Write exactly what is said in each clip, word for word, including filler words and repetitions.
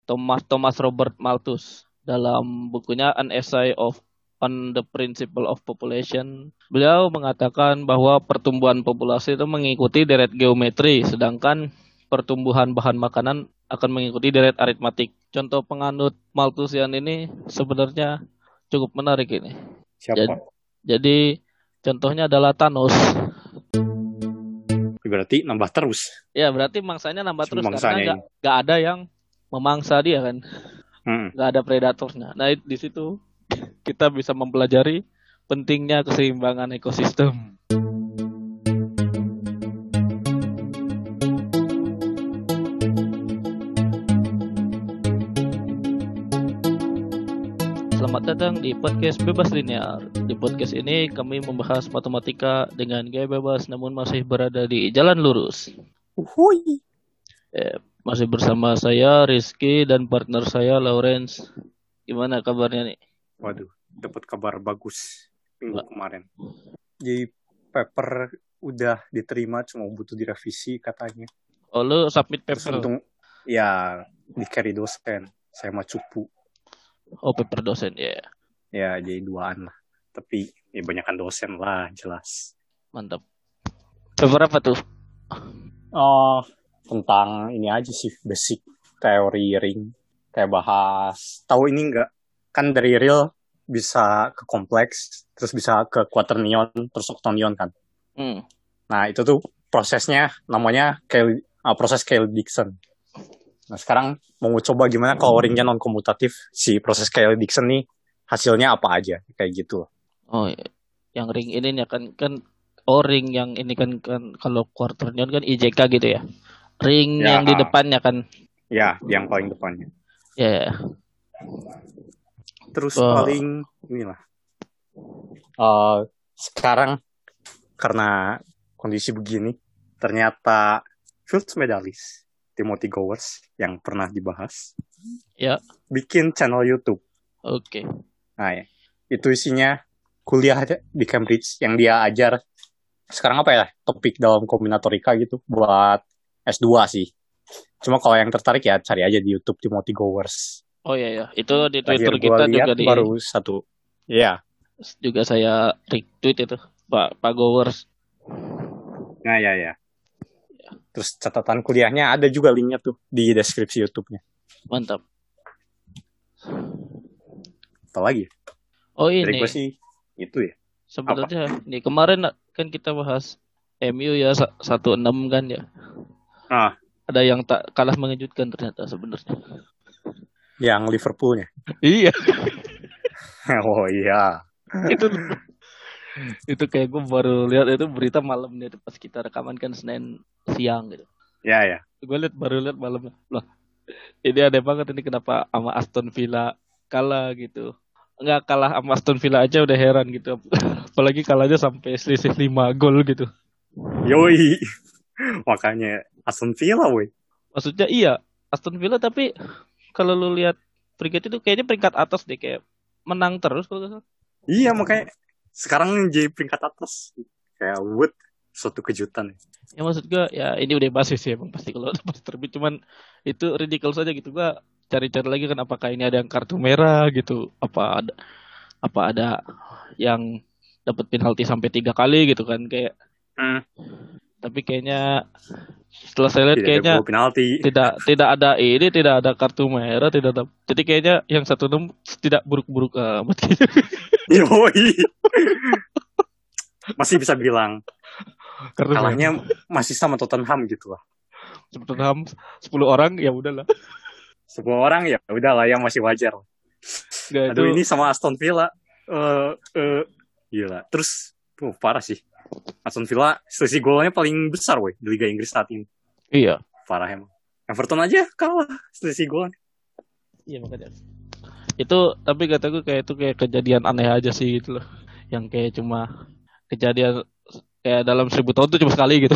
Thomas Thomas Robert Malthus dalam bukunya An Essay of on the Principle of Population. Beliau mengatakan bahwa pertumbuhan populasi itu mengikuti deret geometri, sedangkan pertumbuhan bahan makanan akan mengikuti deret aritmatik. Contoh penganut Malthusian ini sebenarnya cukup menarik ini. Siapa? Jadi, jadi contohnya adalah Thanos. Berarti nambah terus. Ya, berarti mangsanya nambah terus Mangsanya karena nggak nggak ada yang memangsa dia kan, Hmm. nggak ada predatornya. Nah di situ kita bisa mempelajari pentingnya keseimbangan ekosistem. Selamat datang di podcast Bebas Linear. Di podcast ini kami membahas matematika dengan gaya bebas namun masih berada di jalan lurus. Uhuy. Eh, masih bersama saya Rizky dan partner saya Lawrence. Gimana kabarnya nih? Waduh, dapat kabar bagus minggu kemarin. Jadi paper udah diterima, cuma butuh direvisi katanya. Oh lu submit Terus paper? untung ya di carry dosen. Saya mah cupu. Oh paper dosen ya. Yeah. Ya jadi duaan lah. Tapi ya banyakan dosen lah jelas. Mantap. Paper apa tuh? Oh, tentang ini aja sih, basic teori ring. Kayak bahas, tahu ini enggak? Kan dari real bisa ke kompleks, terus bisa ke quaternion, terus octonion kan. Hmm. Nah itu tuh prosesnya namanya Cayley, uh, proses Cayley-Dickson. Nah sekarang mau coba gimana kalau ringnya non-komutatif, si proses Cayley-Dickson nih hasilnya apa aja, kayak gitu. Oh iya. Yang ring ini kan kan oh ring yang ini kan kan kalau quaternion kan I J K gitu ya. Ring Ya, yang di ah. depannya kan. Ya, yang paling depannya. Ya. Yeah. Terus Oh. paling inilah. Uh, sekarang karena kondisi begini, ternyata Fields Medalist Timothy Gowers yang pernah dibahas, ya, bikin channel YouTube. Oke. Okay. Nah, ya. Itu isinya kuliah di Cambridge yang dia ajar. Sekarang apa ya? Topik dalam kombinatorika gitu buat S dua sih. Cuma kalau yang tertarik ya cari aja di YouTube Timothy Gowers. Oh iya ya, itu di Twitter Terakhir kita lihat juga di baru satu. Iya. Yeah. Juga saya retweet itu Pak Pak Gowers. Nah ya ya. Terus catatan kuliahnya ada juga linknya tuh di deskripsi YouTube-nya. Mantap. Apa lagi? Oh ini. Dari gue sih itu ya. Sebenarnya nih kemarin kan kita bahas M U ya satu enam kan ya. Ah. Ada yang tak kalah mengejutkan ternyata sebenarnya. Yang Liverpoolnya. Iya. Oh iya. itu itu kayak gue baru lihat itu berita malamnya itu pas kita rekaman kan Senin siang gitu. Ya ya. Gue lihat baru lihat malamnya. Loh, ini aneh banget ini kenapa sama Aston Villa kalah gitu. Enggak kalah sama Aston Villa aja udah heran gitu. Apalagi kalahnya sampai selisih lima gol gitu. Yoi. Makanya Aston Villa weh. Maksudnya iya Aston Villa tapi kalau lu lihat peringkat itu kayaknya peringkat atas deh kayak menang terus kalau enggak salah. Iya makanya sekarang jadi peringkat atas kayak Wood suatu kejutan. Ya maksud gue ya ini udah basis ya emang pasti kalau udah pasti terbit cuman itu ridiculous saja gitu gue cari-cari lagi kan apakah ini ada yang kartu merah gitu apa ada apa ada yang dapat penalti sampai tiga kali gitu kan kayak hmm. Tapi kayaknya setelah saya lihat tidak kayaknya ada tidak tidak ada ini tidak ada kartu merah tidak ada jadi kayaknya yang satu enam tidak buruk-buruk amat gitu. Yoi. Masih bisa bilang kartu kalahnya merah. Masih sama Tottenham gitu lah. Tottenham sepuluh orang ya udahlah. sepuluh orang ya udahlah yang masih wajar. Gak, Aduh itu... ini sama Aston Villa uh, uh, gila. Terus tuh parah sih. Aston Villa selisih golnya paling besar weh di Liga Inggris saat ini. Iya. Parah emang. Everton aja kalah selisih golnya. Iya makanya. Itu tapi kata gue kayak itu kayak kejadian aneh aja sih gitu loh. Yang kayak cuma kejadian kayak dalam seribu tahun tuh cuma sekali gitu.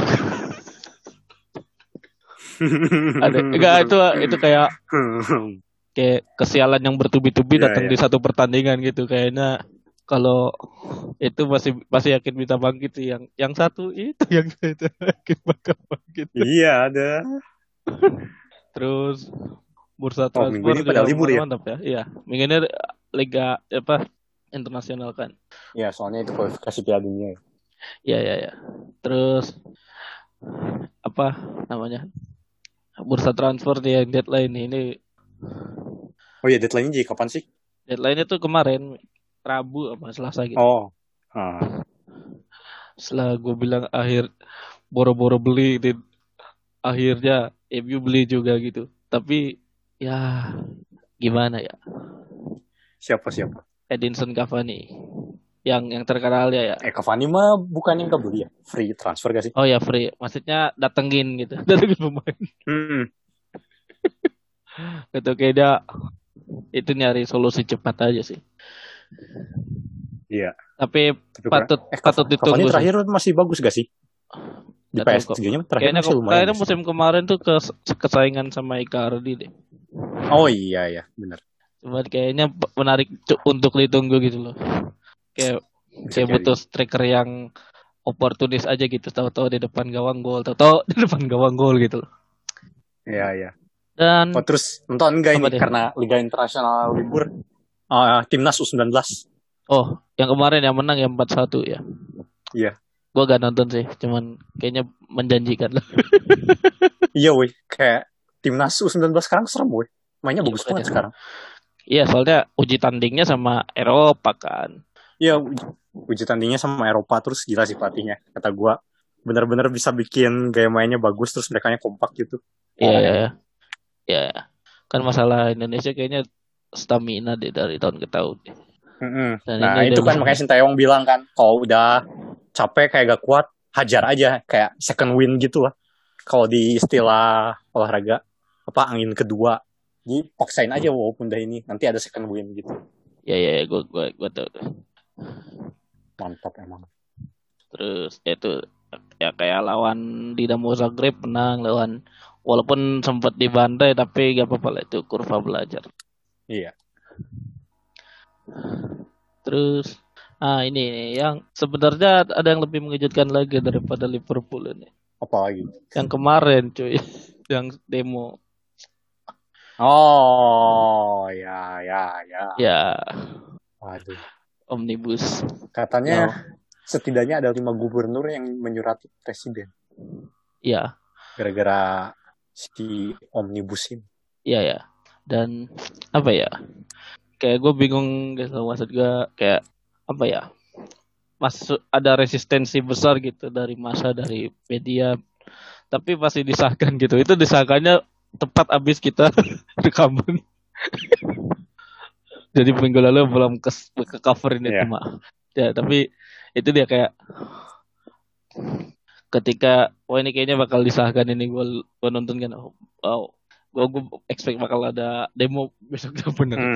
Ada enggak itu itu kayak kayak kesialan yang bertubi-tubi yeah, datang yeah. di satu pertandingan gitu kayaknya. Kalau itu masih masih yakin bisa bangkit sih yang yang satu itu yang saya yakin bakal bangkit. Iya ada. Terus bursa Oh, minggu transfer ini pada juga libur ya? mantap ya. Iya, minggu ini liga apa internasional kan. Ya, soalnya itu kualifikasi Piala Dunia. Iya, iya, iya. Terus apa namanya? Bursa transfer dia deadline ini. Oh iya, deadline-nya jadi kapan sih? Deadline itu kemarin Rabu apa Selasa gitu. Oh. Ah. Setelah gue bilang akhir boro-boro beli di akhirnya M U beli juga gitu. Tapi ya gimana ya? Siapa siapa? Edinson Cavani yang yang terkenal ya ya. Eh, Cavani mah bukan yang kebeli ya? Free transfer gak sih? Oh ya free, maksudnya datengin gitu, datengin pemain. Hmm. Gitu kayak dia itu nyari solusi cepat aja sih. Iya. Tapi Tapi patut eh, patut Cavani ditunggu sih. terakhir masih bagus gak sih? Di Gak tahu kok. P S tiga-nya terakhir Kayaknya masih lumayan. kayaknya musim kemarin tuh ke kesaingan sama Icardi deh. Oh iya ya, benar. Cuma kayaknya menarik untuk ditunggu gitu loh. Kayak Bisa kayak jadi. butuh striker yang oportunis aja gitu, tahu-tahu di depan gawang gol, tahu-tahu di depan gawang gol gitu loh. Iya, iya. Dan Oh, terus nonton enggak ini deh? Karena Liga Internasional libur? Uh, Timnas U sembilan belas. Oh, yang kemarin yang menang yang empat satu ya. Iya. Gua gak nonton sih, cuman kayaknya menjanjikan lah. Iya, weh. Kayak Timnas U sembilan belas sekarang serem, weh. Mainnya Iya, bagus banget sekarang. Iya, soalnya uji tandingnya sama Eropa kan. Iya, uji, uji tandingnya sama Eropa. Terus gila sih pelatihnya. Kata gua benar-benar bisa bikin gaya mainnya bagus. Terus mereka kompak gitu. Iya, iya, iya. Ya, kan masalah Indonesia kayaknya stamina deh dari tahun ke tahun. Mm-hmm. Dan nah ini itu kan makanya Sintayong bilang kan, kalau udah capek kayak gak kuat, hajar aja, kayak second win gitu lah. Kalau di istilah olahraga, apa angin kedua, jadi paksain aja walaupun dah ini nanti ada second win gitu. Ya ya, ya gue gue gue tahu. Mantap emang. Terus ya itu ya kayak lawan Dinamo Zagreb menang, lawan walaupun sempat dibantai tapi gak apa-apa lah, itu kurva belajar. Iya. Terus ah ini nih, yang sebenarnya ada yang lebih mengejutkan lagi daripada Liverpool ini. Apa lagi? Yang kemarin cuy, yang demo. Oh ya ya ya. Ya. Waduh. Omnibus. Katanya no. Setidaknya ada lima gubernur yang menyurati presiden. Iya. Gara-gara si omnibus ini. Iya ya. Dan apa ya? Kayak gue bingung gitu, maksud gue kayak apa ya? Masuk ada resistensi besar gitu dari massa, dari media. Tapi pasti disahkan gitu. Itu disahkannya tepat abis kita rekaman. Jadi minggu lalu belum ke, ke cover ini yeah. Cuma. Ya, tapi itu dia kayak ketika oh ini kayaknya bakal disahkan ini, gue gue nonton kan, oh, wow, gue gue expect bakal ada demo besok bener. Hmm.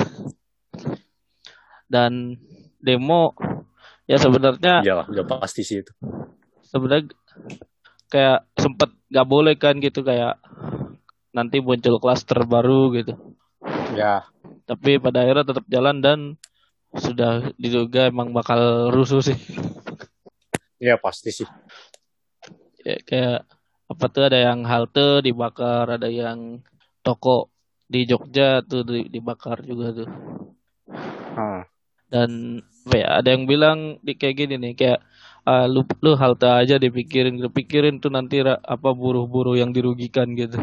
Dan demo ya sebenarnya iyalah udah pasti sih itu. Sebenarnya kayak sempet gak boleh kan gitu, kayak nanti muncul klaster baru gitu. Ya. Tapi pada akhirnya tetap jalan dan sudah diduga emang bakal rusuh sih. Iya pasti sih. Ya, kayak apa tuh, ada yang halte dibakar, ada yang toko di Jogja tuh dibakar juga tuh. Hmm. Dan ya, ada yang bilang di kayak gini nih, kayak uh, lu lu halte aja dipikirin, dipikirin tuh nanti apa buruh-buruh yang dirugikan gitu.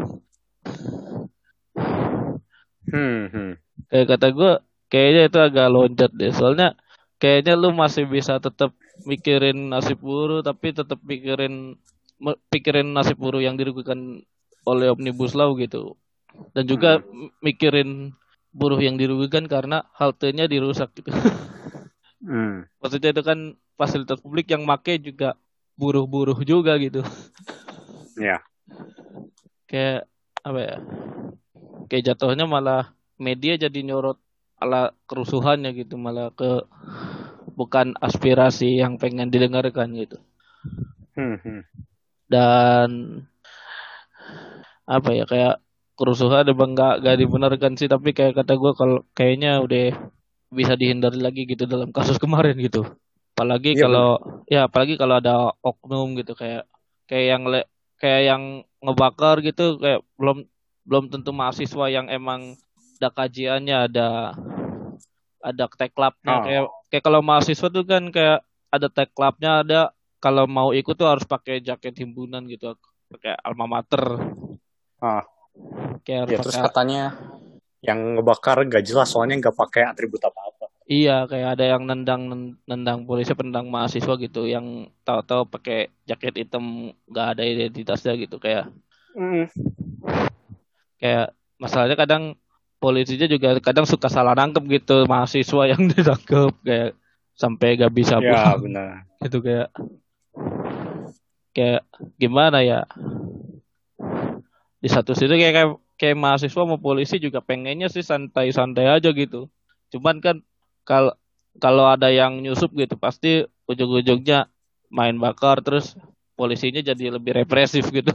Hmm, hmm. Kayak kata gue, kayaknya itu agak loncat deh. Soalnya kayaknya lu masih bisa tetap mikirin nasib buruh, tapi tetap pikirin pikirin nasib buruh yang dirugikan oleh Omnibus Law gitu. Dan juga hmm. mikirin buruh yang dirugikan karena haltenya dirusak gitu. Hmm. Maksudnya itu kan fasilitas publik yang make juga buruh-buruh juga gitu. Ya. Yeah. Kayak apa ya? Kayak jatuhnya malah media jadi nyorot ala kerusuhannya gitu, malah ke bukan aspirasi yang pengen didengarkan gitu. Hmm, hmm. Dan apa ya, kayak kerusuhan emang nggak nggak dibenarkan sih, tapi kayak kata gue kalau kayaknya udah bisa dihindari lagi gitu dalam kasus kemarin gitu. Apalagi ya, kalau bener. ya apalagi kalau ada oknum gitu, kayak kayak yang le, kayak yang ngebakar gitu, kayak belum belum tentu mahasiswa yang emang ada kajiannya, ada ada tech clubnya. Oh. Kayak kayak kalau mahasiswa tuh kan kayak ada tech clubnya, ada kalau mau ikut tuh harus pakai jaket himpunan gitu, pakai alma mater. Ah. Kayak harus Ya terus pakai. katanya yang ngebakar gak jelas soalnya nggak pakai atribut apa-apa. Iya, kayak ada yang nendang nendang polisi, penendang mahasiswa gitu, yang tahu-tahu pakai jaket hitam, nggak ada identitasnya gitu, kayak Mm. kayak masalahnya kadang polisinya juga kadang suka salah nangkep gitu mahasiswa yang ditangkep, kayak sampai gak bisa Ya pulang benar. gitu, kayak kayak gimana ya, di satu sisi kayak kayak, kayak mahasiswa mau polisi juga pengennya sih santai-santai aja gitu, cuman kan kalau kalau ada yang nyusup gitu pasti ujung-ujungnya main bakar, terus polisinya jadi lebih represif gitu.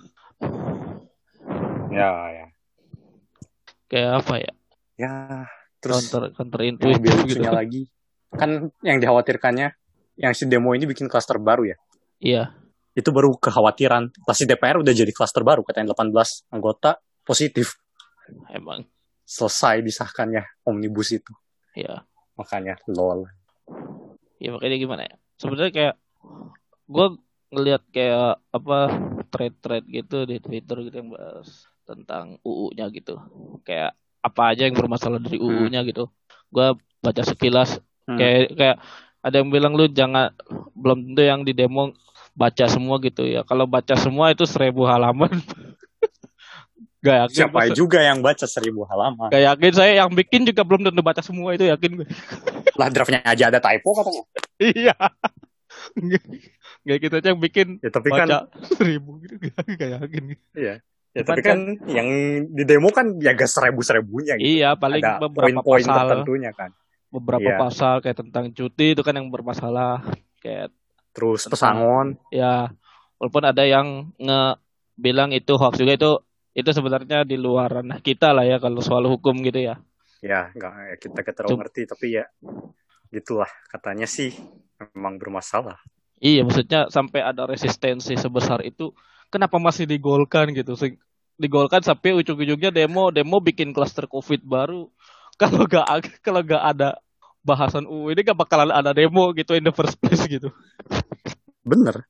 Ya ya. Kayak apa ya, Ya terus counter counter yang lebih intuitif gitu. lucunya lagi kan yang dikhawatirkannya yang si demo ini bikin klaster baru ya. Iya, Itu baru kekhawatiran. Pas di D P R udah jadi klaster baru, katanya delapan belas anggota positif. emang Selesai disahkannya omnibus itu. ya. Makanya lol. Ya makanya gimana ya, sebenarnya kayak gue ngelihat kayak apa, thread-thread gitu di Twitter gitu yang bahas tentang U U-nya gitu, kayak apa aja yang bermasalah dari Hmm. U U-nya gitu. Gue baca sekilas, Hmm. kayak kayak ada yang bilang lu jangan, belum tentu yang di demo baca semua gitu ya. Kalau baca semua itu seribu halaman. Gak yakin Siapa gua, juga yang baca seribu halaman? gak yakin saya yang bikin juga belum tentu baca semua itu, yakin gue. Lah draftnya aja ada typo katanya. Iya. Gak kita aja yang bikin Ya tapi baca kan seribu gitu, gak yakin. iya. Ya Cuman tapi kan, kan yang di demo kan ya gak seribu-seribunya gitu. iya paling Ada beberapa poin-poin pasal, tertentunya kan. beberapa Iya. pasal kayak tentang cuti itu kan yang bermasalah, kayak Terus tentang pesangon. ya, walaupun ada yang nge bilang itu hoax juga, itu itu sebenarnya di luar ranah kita lah ya kalau soal hukum gitu ya. Ya nggak ya kita kita terlalu Cum- ngerti tapi ya gitulah katanya sih memang bermasalah. iya, maksudnya sampai ada resistensi sebesar itu, kenapa masih digolkan gitu? Se- Digolkan sampai ujung-ujungnya demo demo bikin klaster COVID baru. Kalau gak ag- kalau gak ada bahasan U U ini gak bakalan ada demo gitu in the first place gitu. Bener.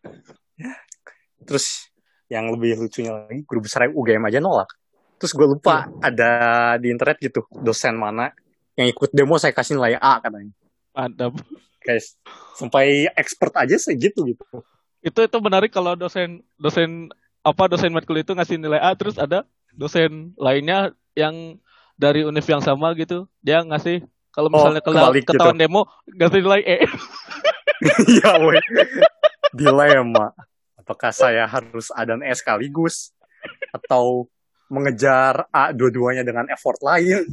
Terus yang lebih lucunya lagi guru besar U G M aja nolak. Terus gue lupa Iya. ada di internet gitu dosen mana yang ikut demo saya kasih nilai A katanya. Mantap. Guys, sampai expert aja segitu gitu. Itu itu menarik kalau dosen dosen apa dosen matkul itu ngasih nilai A, terus ada dosen lainnya yang dari univ yang sama gitu, dia ngasih kalau Oh, misalnya kela- kebalik gitu. ketahuan demo ngasih nilai E. Iya, woi. Dilema. Apakah saya harus A dan E sekaligus atau mengejar A dua-duanya dengan effort lain?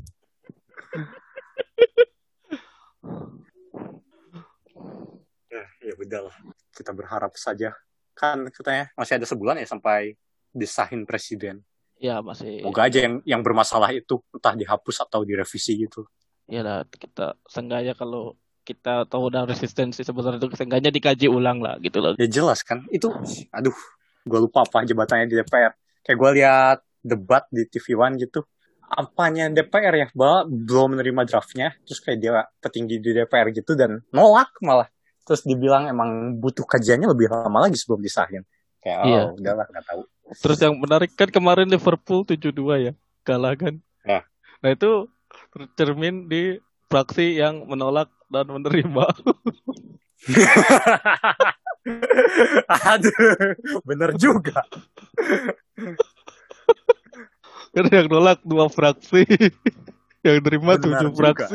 Nah, ya udahlah. Kita berharap saja. Kan katanya masih ada sebulan ya sampai disahin presiden. Ya masih. Moga aja yang yang bermasalah itu entah dihapus atau direvisi gitu. Ya lah, kita seenggaknya kalau kita tahu udah resistensi sebesar itu, seenggaknya dikaji ulang lah gitu loh. Ya jelas kan. Itu, aduh, gue lupa apa jabatannya di D P R. Kayak gue lihat debat di T V One gitu. Apanya D P R ya, bahwa belum menerima draftnya. Terus kayak dia petinggi di D P R gitu dan nolak malah. Terus dibilang emang butuh kajiannya lebih lama lagi sebelum disahin. Kayak, oh Iya. udahlah, gak tahu. Terus yang menarik kan kemarin Liverpool tujuh dua ya, kalah kan. Ya. Nah itu tercermin di fraksi yang menolak dan menerima. Aduh, bener juga. Karena yang nolak dua fraksi, yang terima Benar tujuh juga. fraksi.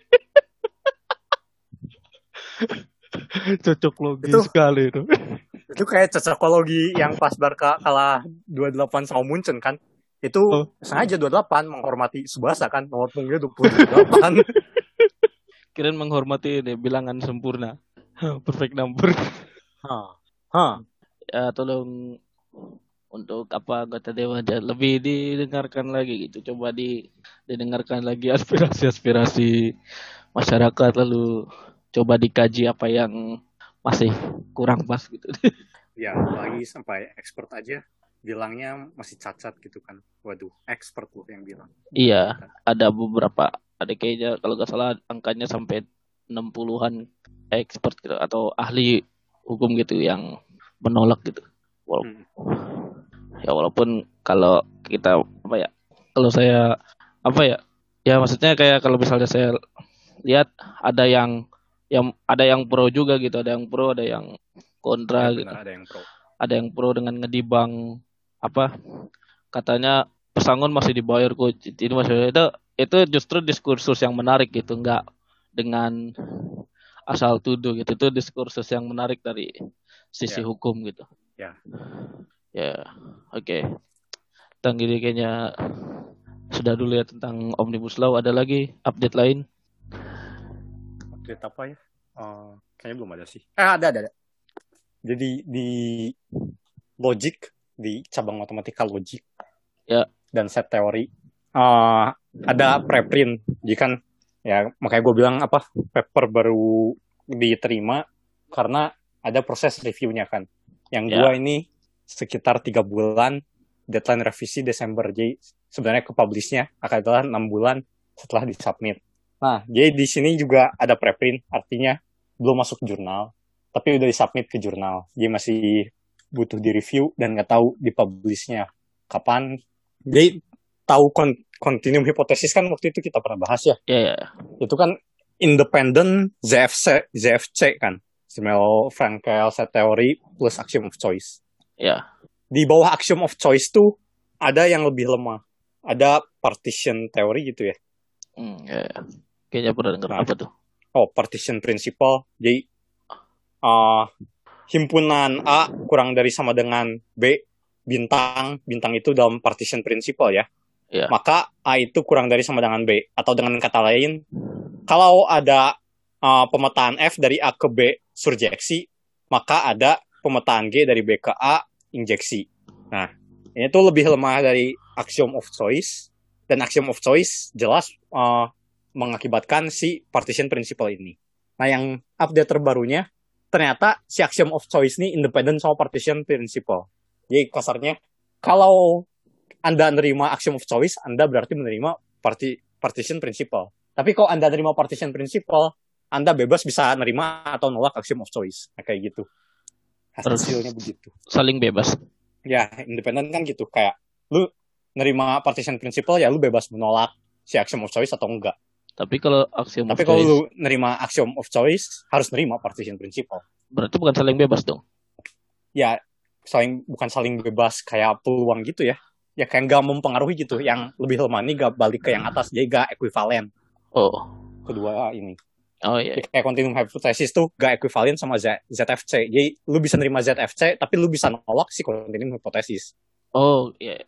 Cocok logi Itu- sekali itu. Itu kayak cocokologi yang pas Barca kalah dua delapan sama Munchen kan. Itu Oh. sengaja dua delapan menghormati Subasa kan. Nomor punggungnya dua puluh delapan. Kirain menghormati ini bilangan sempurna. Perfect number. Hah. Hah. Ya tolong untuk apa anggota dewan dan lebih didengarkan lagi gitu. Coba di didengarkan lagi aspirasi-aspirasi masyarakat, lalu coba dikaji apa yang masih kurang pas gitu. Ya, lagi sampai expert aja bilangnya masih cacat gitu kan. Waduh, expert loh yang bilang. Iya, ada beberapa, ada kayaknya kalau nggak salah angkanya sampai enam puluhan expert gitu atau ahli hukum gitu yang menolak gitu. Wal- Hmm. Ya walaupun kalau kita apa ya, kalau saya apa ya, ya maksudnya kayak kalau misalnya saya lihat ada yang yang ada yang pro juga gitu, ada yang pro, ada yang kontra Ya gitu. benar, ada yang pro. Ada yang pro dengan ngedibang apa katanya pesangon masih dibayar kok, ini maksudnya itu itu justru diskursus yang menarik gitu, nggak dengan asal tuduh gitu, itu diskursus yang menarik dari sisi Ya. hukum gitu Ya. ya. Oke, tentang gini kayaknya sudah dulu ya tentang Omnibus Law. Ada lagi update lain? Update apa ya? Uh, kayaknya belum ada sih. Eh ada ada. ada. Jadi di logic, di cabang matematika logic Ya. dan set teori uh, ada preprint. Jadi kan ya makanya gue bilang apa paper baru diterima karena ada proses reviewnya kan. Yang Ya. gue ini sekitar tiga bulan, deadline revisi Desember. Jadi sebenarnya ke publishnya akan adalah enam bulan setelah disubmit. Nah, jadi di sini juga ada preprint, artinya belum masuk jurnal, tapi udah disubmit ke jurnal. Jadi masih butuh di-review dan nggak tahu di-publishnya kapan. Jadi tahu kon- continuum hipotesis kan waktu itu kita pernah bahas ya. Ya, ya. Itu kan independent Z F C, Z F C kan. Smell-Frankel set theory plus axiom of choice. Ya. Di bawah axiom of choice tuh ada yang lebih lemah. Ada partition theory gitu ya. Hmm, ya, ya. Kayaknya pernah dengar. Nah, apa tuh? Oh, partition principle. Jadi uh, himpunan A kurang dari sama dengan B bintang. Bintang itu dalam partition principle ya. Ya. Maka A itu kurang dari sama dengan B. Atau dengan kata lain, kalau ada uh, pemetaan F dari A ke B surjeksi, maka ada pemetaan G dari B ke A injeksi. Nah, ini tuh lebih lemah dari axiom of choice. Dan axiom of choice jelas uh, mengakibatkan si partition principle ini. Nah, yang update terbarunya, ternyata si axiom of choice ini independent sama partition principle. Jadi kasarnya, kalau Anda menerima axiom of choice, Anda berarti menerima parti- partition principle. Tapi kalau Anda menerima partition principle, Anda bebas bisa menerima atau nolak axiom of choice. Nah, kayak gitu. Hasilnya begitu. Saling bebas. Ya, independen kan gitu. Kayak, lu nerima partition principle, ya lu bebas menolak si axiom of choice atau enggak. Tapi kalau axiom Tapi of kalau choice, lu nerima axiom of choice, harus nerima partition principle. berarti bukan saling bebas dong? Ya, saling bukan saling bebas kayak peluang gitu ya. Ya kayak nggak mempengaruhi gitu. Yang lebih lemah ini nggak balik ke yang atas, jadi nggak ekuivalen. Oh. Kedua ini. Oh iya. Ya, kayak continuum hypothesis tuh nggak ekuivalen sama Z- ZFC. Jadi lu bisa nerima Z F C, tapi lu bisa nolak si continuum hypothesis. Oh iya.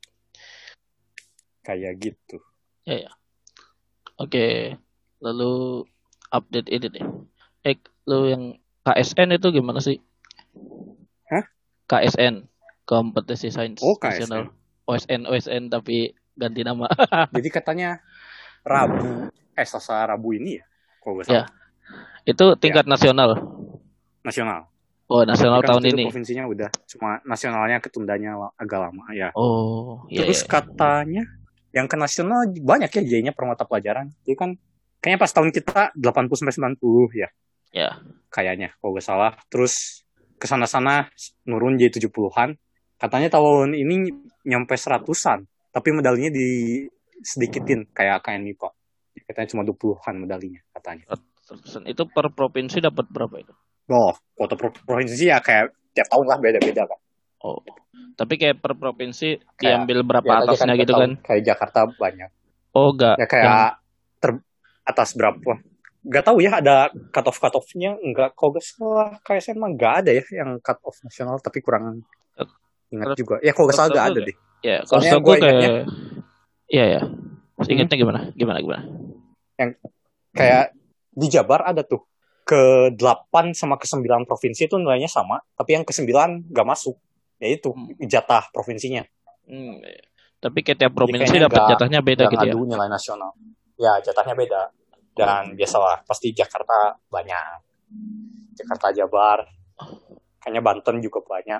Kayak gitu. Ya ya. Oke, lalu update ini deh. Eh, lu yang K S N itu gimana sih? Hah? K S N, Kompetisi Sains Oh, K S N. Nasional. O S N, O S N tapi ganti nama. Jadi katanya Rabu, eh Selasa Rabu ini ya? Kalau nggak salah. Ya, itu tingkat Ya. nasional. Nasional. Oh, nasional kan tahun ini. Provinsinya udah, cuma nasionalnya ketundanya agak lama ya. Oh, iya. Terus ya. katanya yang ke nasional banyak ya J-nya per mata pelajaran. Jadi kan kayaknya pas tahun kita delapan puluh sampai sembilan puluh ya. Ya. Kayaknya kalau nggak salah. Terus kesana-sana nurun jadi tujuh puluhan. Katanya tahun ini nyampe seratusan. Tapi medalinya di sedikitin kayak K N I P A. Katanya cuma dua puluhan medalinya katanya. Seratusan. Itu per provinsi dapat berapa itu? Oh, foto provinsi ya kayak tiap tahun lah beda-beda kan. Oh. Tapi kayak per provinsi Kayak, diambil berapa ya, atasnya kan gitu kan? Kayak Jakarta banyak. Oh, enggak. Ya kayak yang... ter atas berapa? Gak tahu ya ada cut off cut offnya enggak. Kalau gak salah K S N mah nggak ada ya yang cut off nasional, tapi kurang ingat Kalo, juga. Ya kalau gak salah nggak ada deh. Ya kalau soalnya gue kayak ingatnya, iya ya. Ingatnya gimana? Gimana gimana? Yang kayak di Jabar ada tuh ke delapan sama ke sembilan provinsi itu nilainya sama, tapi yang ke sembilan nggak masuk. Ya itu jatah provinsinya. Hmm, ya. Tapi kayak tiap provinsi dapat jatahnya beda gitu ya. Ngadu nilai nasional. Ya, jatahnya beda. Dan biasalah pasti Jakarta banyak. Jakarta, Jabar. Kayaknya Banten juga banyak.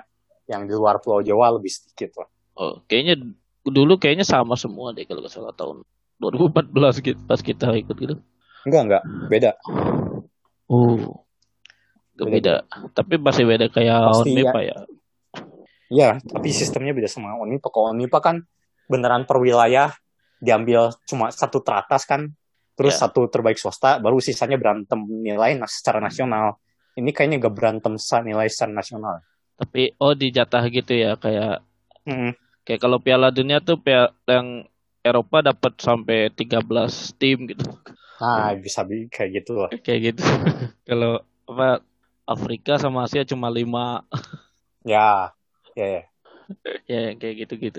Yang di luar Pulau Jawa lebih sedikit lah. Oh, kayaknya dulu kayaknya sama semua deh kalau nggak salah tahun dua ribu empat belas gitu pas kita ikut gitu. Enggak, enggak. Beda. Oh, gak beda. Beda. Tapi masih beda kayak Pasti Unmipa ya. ya. Iya, tapi sistemnya beda sama Unmipa. Kalau Unmipa kan beneran per wilayah diambil cuma satu teratas kan, terus Ya. satu terbaik swasta, baru sisanya berantem nilai secara nasional. Ini kayaknya gak berantem nilai secara nasional. Tapi oh dijatah gitu ya kayak Hmm. kayak kalau Piala Dunia tuh pia- yang Eropa dapat sampai tiga belas tim gitu. Nah, bisa bi- kayak gitu loh. Kayak gitu. Kalau apa Afrika sama Asia cuma lima. Ya, ya, ya. Ya yang kayak gitu-gitu.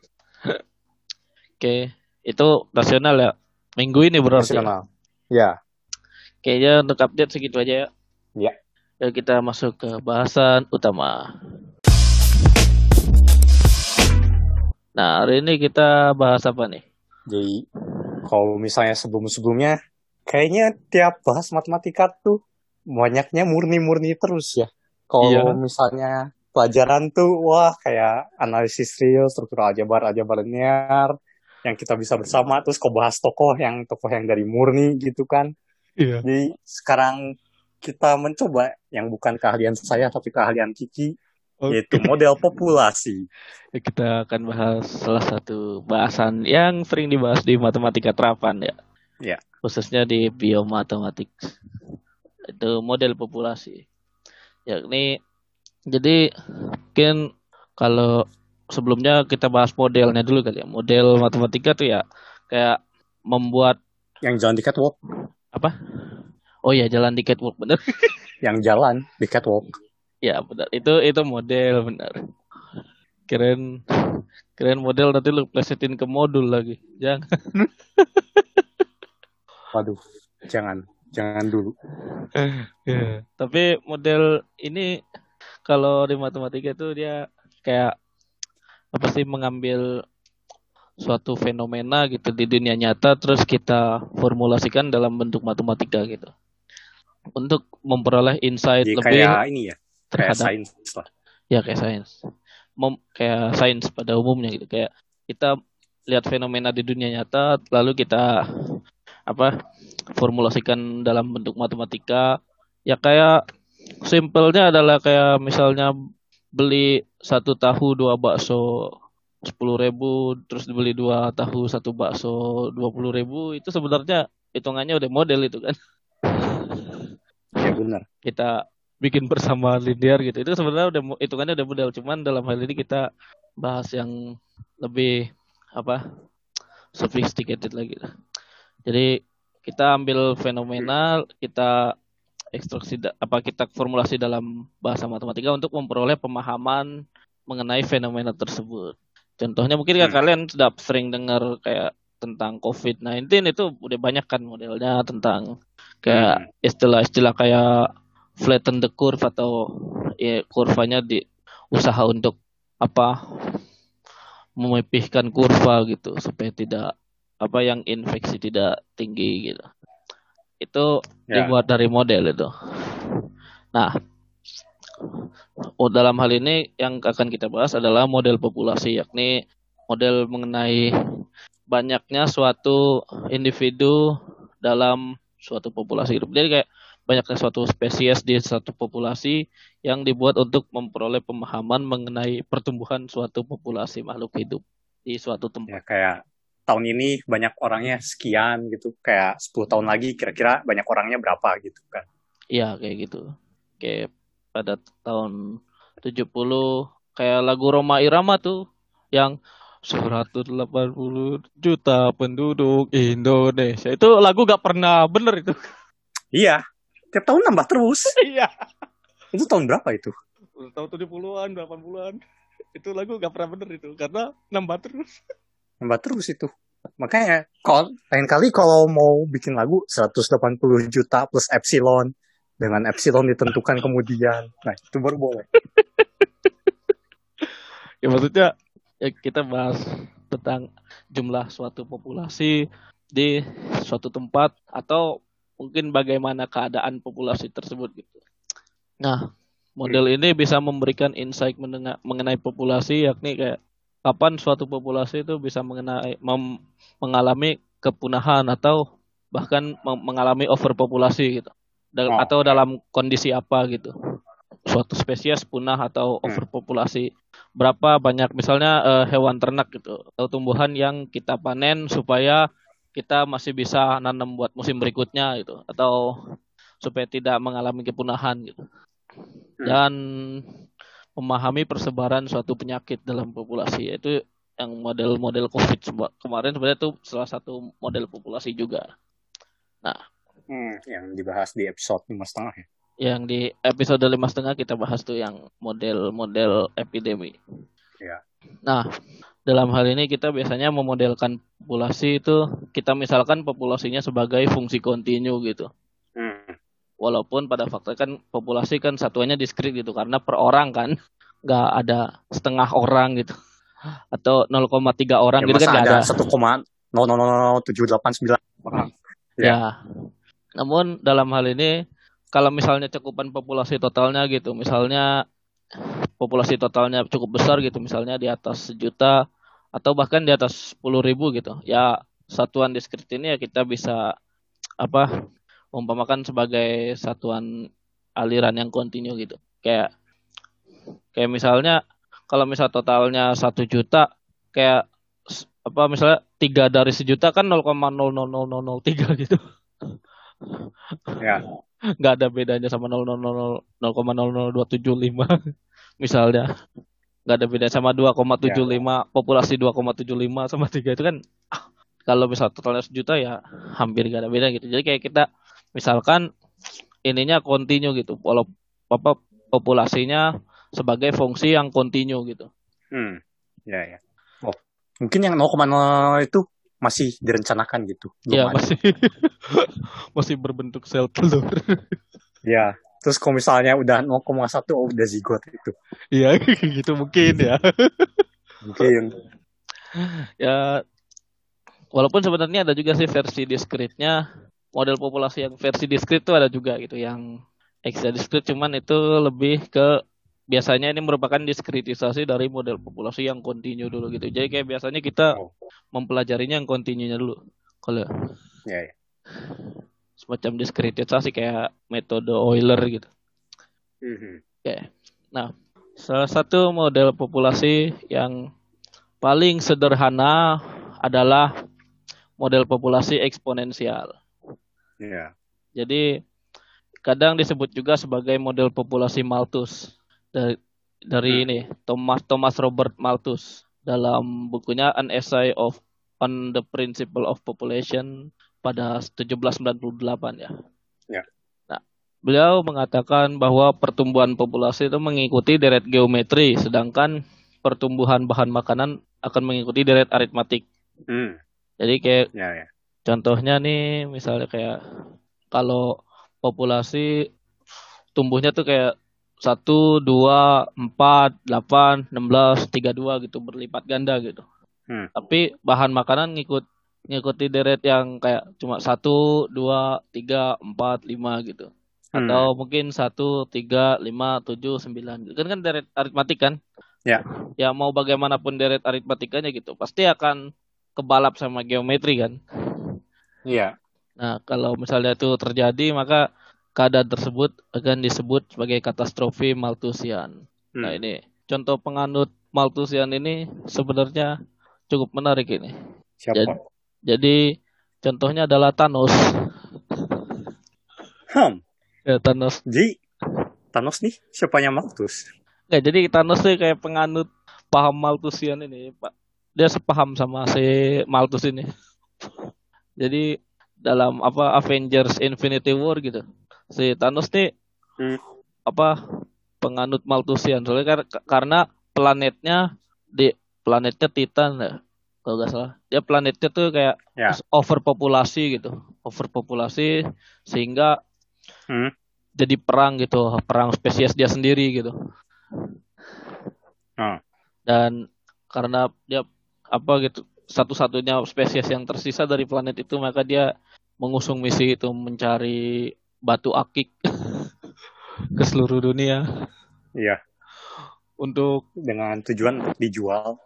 Oke, itu nasional ya. Minggu ini berarti ya. Nasional. Ya, Kayaknya untuk update segitu aja ya. ya. Ya kita masuk ke bahasan utama. Nah, hari ini kita bahas apa nih? Jadi, kalau misalnya sebelum-sebelumnya, kayaknya tiap bahas matematika tuh banyaknya murni-murni terus ya. Kalau Iya. misalnya pelajaran tuh, wah kayak analisis real, struktur aljabar, aljabar linear, yang kita bisa bersama, terus kau bahas tokoh yang tokoh yang dari murni gitu kan. Iya. Jadi sekarang kita mencoba yang bukan keahlian saya tapi keahlian Kiki, Oke. yaitu model populasi. Kita akan bahas salah satu bahasan yang sering dibahas di matematika terapan ya. Ya. Khususnya di biomatematik. Itu model populasi. Yakni jadi mungkin kalau sebelumnya kita bahas modelnya dulu kali ya. Model matematika tuh ya kayak membuat Yang jalan di catwalk. apa? Oh ya, jalan di catwalk bener. Yang jalan di catwalk. Ya benar. Itu itu model benar. Keren keren model nanti lu plesetin ke modul lagi. Jangan. Waduh, jangan. Jangan dulu. Yeah. Tapi model ini kalau di matematika itu dia kayak apa sih mengambil suatu fenomena gitu di dunia nyata terus kita formulasikan dalam bentuk matematika gitu. Untuk memperoleh insight Jadi lebih kayak ini ya, kayak terhadap sains lah. ya kayak sains. Mem, kayak sains pada umumnya gitu. Kayak kita lihat fenomena di dunia nyata lalu kita apa formulasikan dalam bentuk matematika. Ya kayak simpelnya adalah kayak misalnya beli satu tahu dua bakso sepuluh ribu, terus dibeli dua tahu satu bakso dua puluh ribu, itu sebenarnya hitungannya udah model itu kan. Ya benar. Kita bikin persamaan linear gitu, itu sebenarnya udah hitungannya udah model. Cuman dalam hal ini kita bahas yang lebih apa sophisticated lagi. Jadi kita ambil fenomena, kita ekstraksi apa kita formulasi dalam bahasa matematika untuk memperoleh pemahaman mengenai fenomena tersebut. Contohnya mungkin hmm. kalian sudah sering dengar kayak tentang covid sembilan belas, itu udah banyak kan modelnya tentang kayak hmm. istilah-istilah kayak flatten the curve atau ya kurvanya di usaha untuk apa memipihkan kurva gitu supaya tidak apa yang infeksi tidak tinggi gitu. Itu ya. Dibuat dari model itu. Nah, dalam hal ini yang akan kita bahas adalah model populasi, yakni model mengenai banyaknya suatu individu dalam suatu populasi. Jadi kayak banyaknya suatu spesies di satu populasi yang dibuat untuk memperoleh pemahaman mengenai pertumbuhan suatu populasi makhluk hidup di suatu tempat. Ya, kayak tahun ini banyak orangnya sekian gitu, kayak sepuluh tahun lagi kira-kira banyak orangnya berapa gitu kan. Iya kayak gitu. Kayak pada tahun tujuh puluh kayak lagu Roma Irama tuh yang seratus delapan puluh juta penduduk Indonesia. Itu lagu gak pernah bener itu. Iya, tiap tahun nambah terus. Iya. Itu tahun berapa itu? Tahun tujuh puluhan, delapan puluhan. Itu lagu gak pernah bener itu karena nambah terus. Nambah terus itu. Makanya kalau lain kali kalau mau bikin lagu seratus delapan puluh juta plus epsilon dengan epsilon ditentukan kemudian, nah itu baru boleh. Ya maksudnya ya kita bahas tentang jumlah suatu populasi di suatu tempat atau mungkin bagaimana keadaan populasi tersebut gitu. Nah, Model ini bisa memberikan insight mendenga- mengenai populasi, yakni kayak kapan suatu populasi itu bisa mengenai mem- mengalami kepunahan atau bahkan mem- mengalami overpopulasi gitu. Da- Oh, atau ya. dalam kondisi apa gitu. Suatu spesies punah atau Hmm. overpopulasi. Berapa banyak misalnya eh, hewan ternak gitu atau tumbuhan yang kita panen supaya kita masih bisa nanam buat musim berikutnya gitu atau supaya tidak mengalami kepunahan gitu. Hmm. Dan memahami persebaran suatu penyakit dalam populasi, yaitu yang model-model COVID seba- kemarin sebenarnya itu salah satu model populasi juga. Nah, Hmm, yang dibahas di episode lima setengah ya. yang di episode lima setengah kita bahas tuh yang model-model epidemi. Ya. Nah, dalam hal ini kita biasanya memodelkan populasi itu, kita misalkan populasinya sebagai fungsi kontinu gitu. Hmm. Walaupun pada fakta kan populasi kan satuannya diskrit gitu karena per orang kan nggak ada setengah orang gitu atau nol koma tiga orang Ya, gitu kan masa nggak ada ada. satu koma nol nol nol tujuh delapan sembilan orang. Ya. Ya. Namun dalam hal ini kalau misalnya cakupan populasi totalnya gitu, misalnya populasi totalnya cukup besar gitu, misalnya di atas sejuta atau bahkan di atas sepuluh ribu gitu, ya satuan diskrit ini ya kita bisa apa umpamakan sebagai satuan aliran yang kontinu gitu. Kayak kayak misalnya kalau misal totalnya satu juta, kayak s- apa misalnya tiga dari sejuta kan nol koma nol nol nol nol nol tiga gitu. Ya. Nggak ada bedanya sama nol nol nol nol koma nol nol dua tujuh lima misalnya. Nggak ada beda sama dua koma tujuh lima, populasi dua koma tujuh lima sama tiga itu kan ah, kalau misal totalnya sejuta ya hampir nggak ada beda gitu. Jadi kayak kita misalkan ininya kontinu gitu, walau apa populasinya sebagai fungsi yang kontinu gitu. Hmm. Ya, ya. Oh, mungkin yang nol koma nol itu masih direncanakan gitu. Belum Ya ada. masih masih berbentuk sel telur. Ya. Terus kalau misalnya udah nol koma satu oh, udah zigot itu. Iya gitu mungkin ya. Mungkin. Ya walaupun sebenarnya ada juga sih versi diskritnya, model populasi yang versi diskrit itu ada juga gitu yang ekstra diskrit, cuman itu lebih ke biasanya ini merupakan diskritisasi dari model populasi yang kontinu dulu gitu. Jadi kayak biasanya kita Oh. mempelajarinya yang kontinunya dulu. Kalau Ya, ya. semacam diskritisasi kayak metode Euler gitu. Mhm. Oke. Nah, salah satu model populasi yang paling sederhana adalah model populasi eksponensial. Ya. Jadi kadang disebut juga sebagai model populasi Malthus dari, dari Hmm. ini Thomas Thomas Robert Malthus dalam bukunya An Essay of on the Principle of Population pada tujuh belas sembilan puluh delapan ya. Ya. Nah, beliau mengatakan bahwa pertumbuhan populasi itu mengikuti deret geometri, sedangkan pertumbuhan bahan makanan akan mengikuti deret aritmatik. Hmm. Jadi kayak Ya, ya. contohnya nih, misalnya kayak kalau populasi tumbuhnya tuh kayak satu, dua, empat, delapan, enam belas, tiga puluh dua gitu, berlipat ganda gitu. Hmm. Tapi bahan makanan ngikut ngikuti deret yang kayak cuma satu, dua, tiga, empat, lima gitu. Hmm. Atau mungkin satu, tiga, lima, tujuh, sembilan. Kan kan deret aritmatik kan? Ya. Ya mau bagaimanapun deret aritmatikanya gitu, pasti akan kebalap sama geometri kan. Iya. Nah, kalau misalnya itu terjadi, maka keadaan tersebut akan disebut sebagai katastrofi Malthusian. Hmm. Nah, ini contoh penganut Malthusian ini sebenarnya cukup menarik ini. Siapa? Jadi, jadi contohnya adalah Thanos. Hmm. Ya, Thanos. Jadi Thanos nih siapanya Malthus? Nggak, jadi Thanos tuh kayak penganut paham Malthusian ini, Pak. Dia sepaham sama si Malthus ini. Jadi dalam apa Avengers Infinity War gitu, si Thanos nih Hmm. apa penganut Malthusian, soalnya kar- karena planetnya di planetnya Titan ya, kalau nggak salah. Dia planetnya tuh kayak Ya. overpopulasi gitu, overpopulasi sehingga Hmm. jadi perang gitu, perang spesies dia sendiri gitu. Hmm. Dan karena dia apa gitu satu-satunya spesies yang tersisa dari planet itu, maka dia mengusung misi itu mencari batu akik ke seluruh dunia. Iya. Untuk dengan tujuan dijual.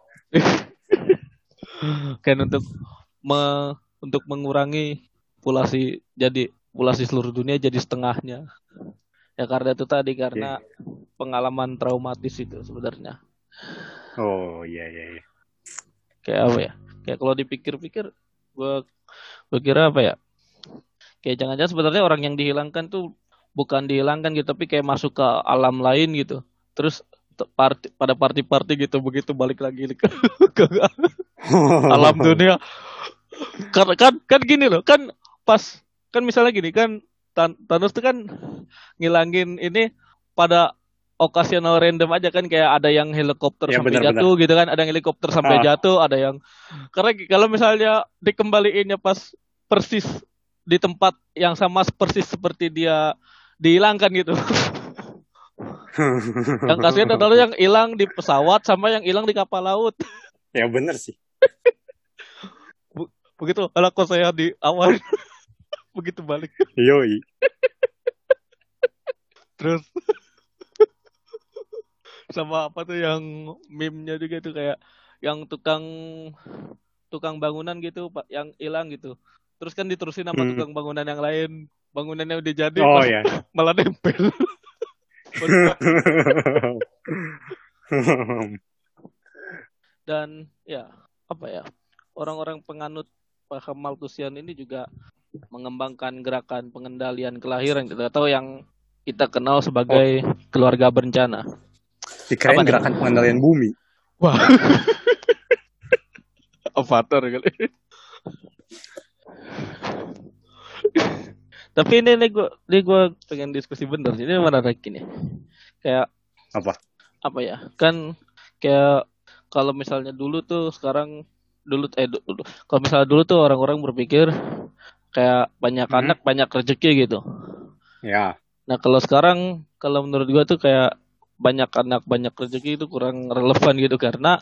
kan untuk me, untuk mengurangi populasi jadi populasi seluruh dunia jadi setengahnya. Ya karena itu tadi karena Yeah. pengalaman traumatis itu sebenarnya. Oh iya iya. iya. Kayak apa ya? Kayak kalau dipikir-pikir, gue gue kira apa ya? Kayak jangan-jangan sebenarnya orang yang dihilangkan tuh bukan dihilangkan gitu, tapi kayak masuk ke alam lain gitu. Terus party, pada party-party gitu begitu balik lagi ke, ke alam dunia. Karena kan kan gini loh, kan pas kan misalnya gini kan Thanos tuh kan ngilangin ini pada okasional random aja kan, kayak ada yang helikopter ya, sampai benar, jatuh benar. gitu kan, ada yang helikopter sampai ah. jatuh, ada yang karena kalau misalnya dikembaliinnya pas persis di tempat yang sama persis seperti dia dihilangkan gitu. Yang kasihan adalah yang hilang di pesawat sama yang hilang di kapal laut. Ya benar sih. Begitu ala kok saya di awal begitu balik. Yoi. Terus sama apa tuh yang meme-nya juga tuh kayak yang tukang tukang bangunan gitu Pak yang hilang gitu. Terus kan diterusin sama hmm. tukang bangunan yang lain. Bangunannya udah jadi oh, pas ya. malah nempel. Dan ya apa ya, orang-orang penganut paham Malthusian ini juga mengembangkan gerakan pengendalian kelahiran gitu, atau yang kita kenal sebagai oh. keluarga berencana. Dikirain gerakan pengendalian bumi. Wah. Avatar kali. Tapi ini nih gue, ini gue pengen diskusi bener. Ini menarik ini. Kayak apa? Apa ya? Kan kayak kalau misalnya dulu tuh sekarang dulu eh dulu. Kalau misalnya dulu tuh orang-orang berpikir kayak banyak hmm. anak banyak rezeki gitu. Ya. Nah kalau sekarang kalau menurut gue tuh kayak banyak anak banyak rezeki itu kurang relevan gitu, karena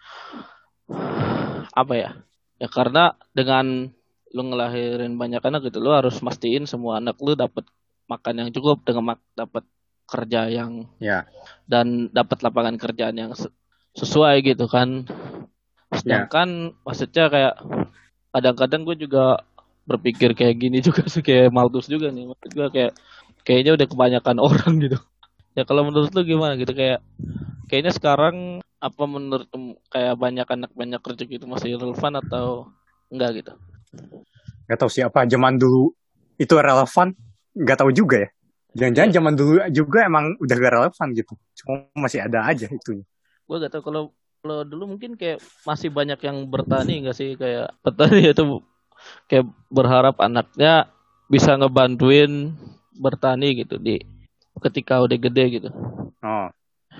apa ya? Ya karena dengan lu ngelahirin banyak anak gitu, lu harus mastiin semua anak lu dapat makan yang cukup, dengan mak- dapat kerja yang ya. dan dapat lapangan kerjaan yang sesuai gitu kan. Sedangkan ya. Maksudnya kayak kadang-kadang gue juga berpikir kayak gini juga sih, kayak Malthus juga nih. Maksud gue kayak kayaknya udah kebanyakan orang gitu. Ya kalau menurut lu gimana gitu, kayak kayaknya sekarang apa menurut kayak banyak anak banyak rezeki itu masih relevan atau enggak gitu? Gak tahu sih apa zaman dulu itu relevan, gak tahu juga ya. Jangan-jangan zaman dulu juga emang udah gak relevan gitu, cuma masih ada aja itunya. Gue gak tahu kalau kalau dulu mungkin kayak masih banyak yang bertani nggak sih, kayak petani itu kayak berharap anaknya bisa ngebantuin bertani gitu di ketika udah gede gitu. Oh.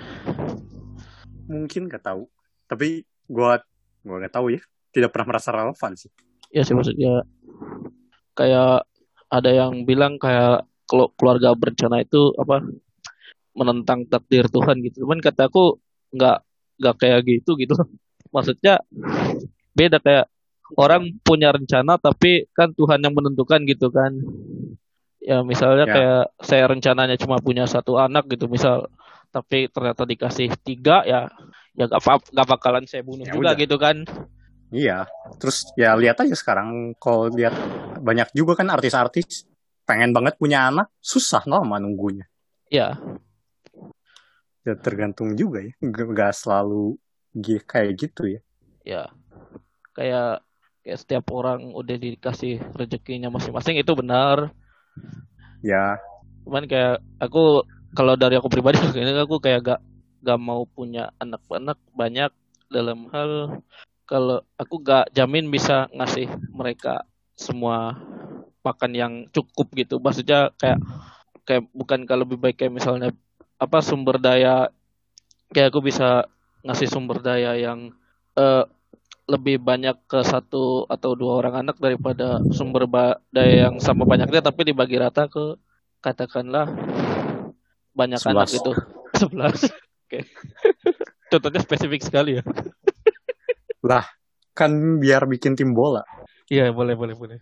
Mungkin gak tahu, tapi gue gue gak tahu ya, tidak pernah merasa relevan sih. Ya sih, maksudnya kayak ada yang bilang kayak kalau keluarga berencana itu apa menentang takdir Tuhan gitu. Cuman kataku nggak nggak kayak gitu gitu. Maksudnya beda, kayak orang punya rencana tapi kan Tuhan yang menentukan gitu kan. Ya misalnya ya. Kayak saya rencananya cuma punya satu anak gitu misal, tapi ternyata dikasih tiga, ya ya gak, gak bakalan saya bunuh ya juga udah. Gitu kan. Iya, terus ya lihat aja sekarang, kalau lihat banyak juga kan artis-artis pengen banget punya anak, susah lama nunggunya. Iya. Ya tergantung juga ya, gak selalu kayak gitu ya. Ya, kayak kayak setiap orang udah dikasih rezekinya masing-masing, itu benar. Ya. Cuman kayak aku kalau dari aku pribadi ini aku kayak gak gak mau punya anak-anak banyak, dalam hal kalau aku gak jamin bisa ngasih mereka semua makan yang cukup gitu. Maksudnya kayak kayak bukan kalau lebih baik kayak misalnya apa sumber daya, kayak aku bisa ngasih sumber daya yang uh, lebih banyak ke satu atau dua orang anak daripada sumber daya yang sama banyaknya tapi dibagi rata ke katakanlah banyak sebelas anak itu sebelas. Oke. Contohnya spesifik sekali ya. Lah, kan biar bikin tim bola. Iya, boleh boleh boleh.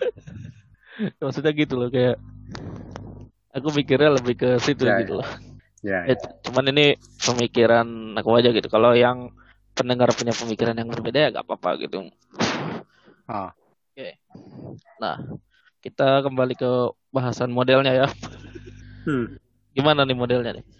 Maksudnya gitu loh, kayak aku pikirnya lebih ke situ ya, gitu loh. Ya, Ya, ya. cuman ini pemikiran aku aja gitu. Kalau yang pendengar punya pemikiran yang berbeda ya gak apa-apa gitu. Ah, Oke. Nah, kita kembali ke bahasan modelnya ya. hmm. Gimana nih modelnya nih?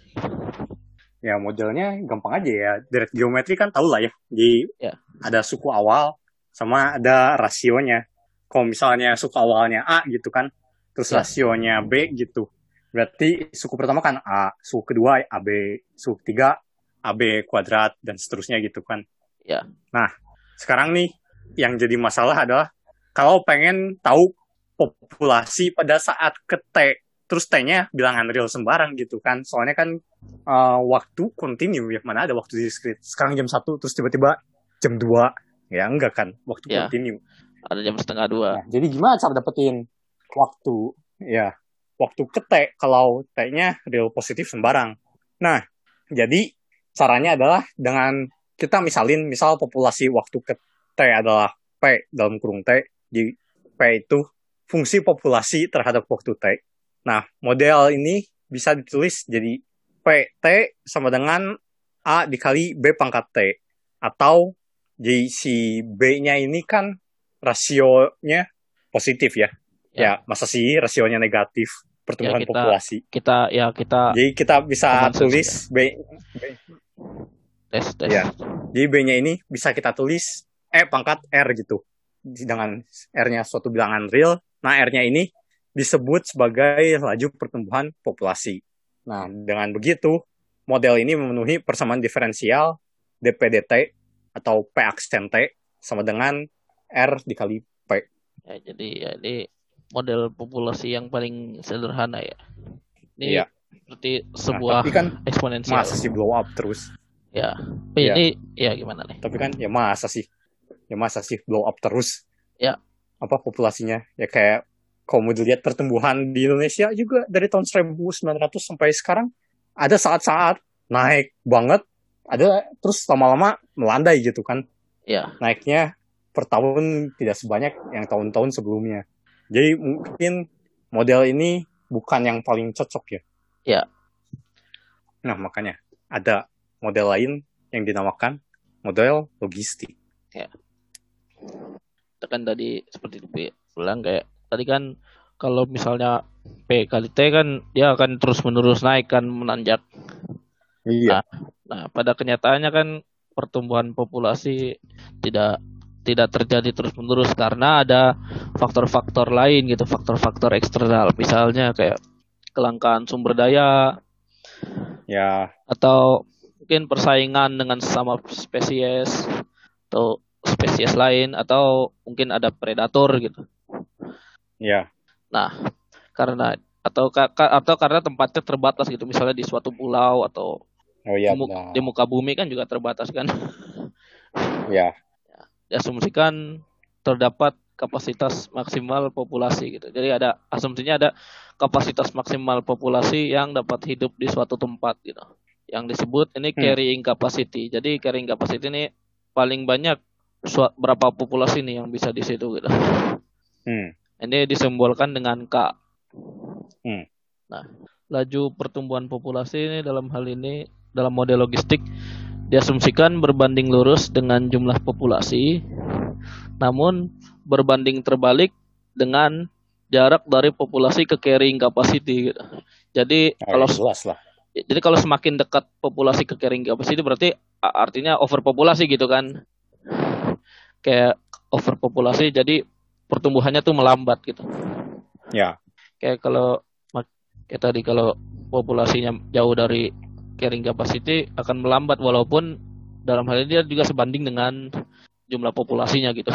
Ya modelnya gampang aja ya. Direct geometri kan tau lah ya. Di Ya, ada suku awal sama ada rasionya. Kalau misalnya suku awalnya A gitu kan, terus ya, rasionya B gitu. Berarti suku pertama kan A, suku kedua A B, suku ketiga A B kuadrat, dan seterusnya gitu kan. ya, Nah, sekarang nih yang jadi masalah adalah kalau pengen tahu populasi pada saat ke T, terus T-nya bilangan real sembarang gitu kan. Soalnya kan uh, waktu continue ya, mana ada waktu diskrit. Sekarang jam satu terus tiba-tiba jam dua. Ya enggak kan, waktu ya. continue. Ada jam setengah dua. Nah, jadi gimana cara dapetin waktu? Ya, waktu ke T kalau T-nya real positif sembarang. Nah, jadi caranya adalah dengan kita misalin, misal populasi waktu ke T adalah P dalam kurung T, di P itu fungsi populasi terhadap waktu T. Nah, model ini bisa ditulis jadi P T sama dengan A dikali B pangkat T. Atau jadi si B-nya ini kan rasionya positif ya. Ya, Ya, masa sih rasionya negatif ya pertumbuhan kita populasi. kita ya kita Jadi kita bisa common sense aja. tulis B, B Tes, tes. ya. Jadi B-nya ini bisa kita tulis E pangkat R gitu. Dengan R-nya suatu bilangan real, nah R-nya ini disebut sebagai laju pertumbuhan populasi. Nah, dengan begitu, model ini memenuhi persamaan diferensial D P D T atau P aksen T sama dengan R dikali P. Ya, jadi ya ini model populasi yang paling sederhana ya. Ini Iya. seperti Nah, sebuah tapi kan eksponensial. masa sih blow up terus? Ya. Oh, Ya. ini ya gimana nih? Tapi kan ya masa sih? Ya masa sih blow up terus? Ya. Apa populasinya? Ya kayak kalau mau dilihat pertumbuhan di Indonesia juga dari tahun seribu sembilan ratus sampai sekarang ada saat-saat naik banget, ada terus lama-lama melandai gitu kan. Ya. Naiknya per tahun tidak sebanyak yang tahun-tahun sebelumnya. Jadi mungkin model ini bukan yang paling cocok ya. Ya. Nah, makanya ada model lain yang dinamakan model logistik. Ya. Itu kan tadi seperti itu bilang kayak tadi kan kalau misalnya P kali T kan dia akan terus menerus naik kan menanjak. Iya. Nah, nah pada kenyataannya kan pertumbuhan populasi tidak tidak terjadi terus menerus karena ada faktor-faktor lain gitu, faktor-faktor eksternal misalnya kayak kelangkaan sumber daya Ya. atau mungkin persaingan dengan sesama spesies atau spesies lain atau mungkin ada predator gitu. Ya. Nah, karena atau atau karena tempatnya terbatas gitu, misalnya di suatu pulau atau Oh iya, di, mu, nah. di muka bumi kan juga terbatas kan. Ya. Diasumsikan terdapat kapasitas maksimal populasi gitu. Jadi ada asumsinya ada kapasitas maksimal populasi yang dapat hidup di suatu tempat gitu. Yang disebut ini carrying capacity. Jadi carrying capacity ini paling banyak su- berapa populasi nih yang bisa di situ gitu. Hmm. Ini disimbolkan dengan K. Hmm. Nah, laju pertumbuhan populasi ini dalam hal ini dalam model logistik diasumsikan berbanding lurus dengan jumlah populasi, namun berbanding terbalik dengan jarak dari populasi ke carrying capacity gitu. Jadi Oh, kalau ya, jelas lah. Jadi kalau semakin dekat populasi ke carrying capacity berarti artinya overpopulasi gitu kan. Kayak overpopulasi jadi pertumbuhannya tuh melambat gitu. Ya. Kayak kalau kayak tadi kalau populasinya jauh dari carrying capacity akan melambat walaupun dalam hal ini dia juga sebanding dengan jumlah populasinya gitu.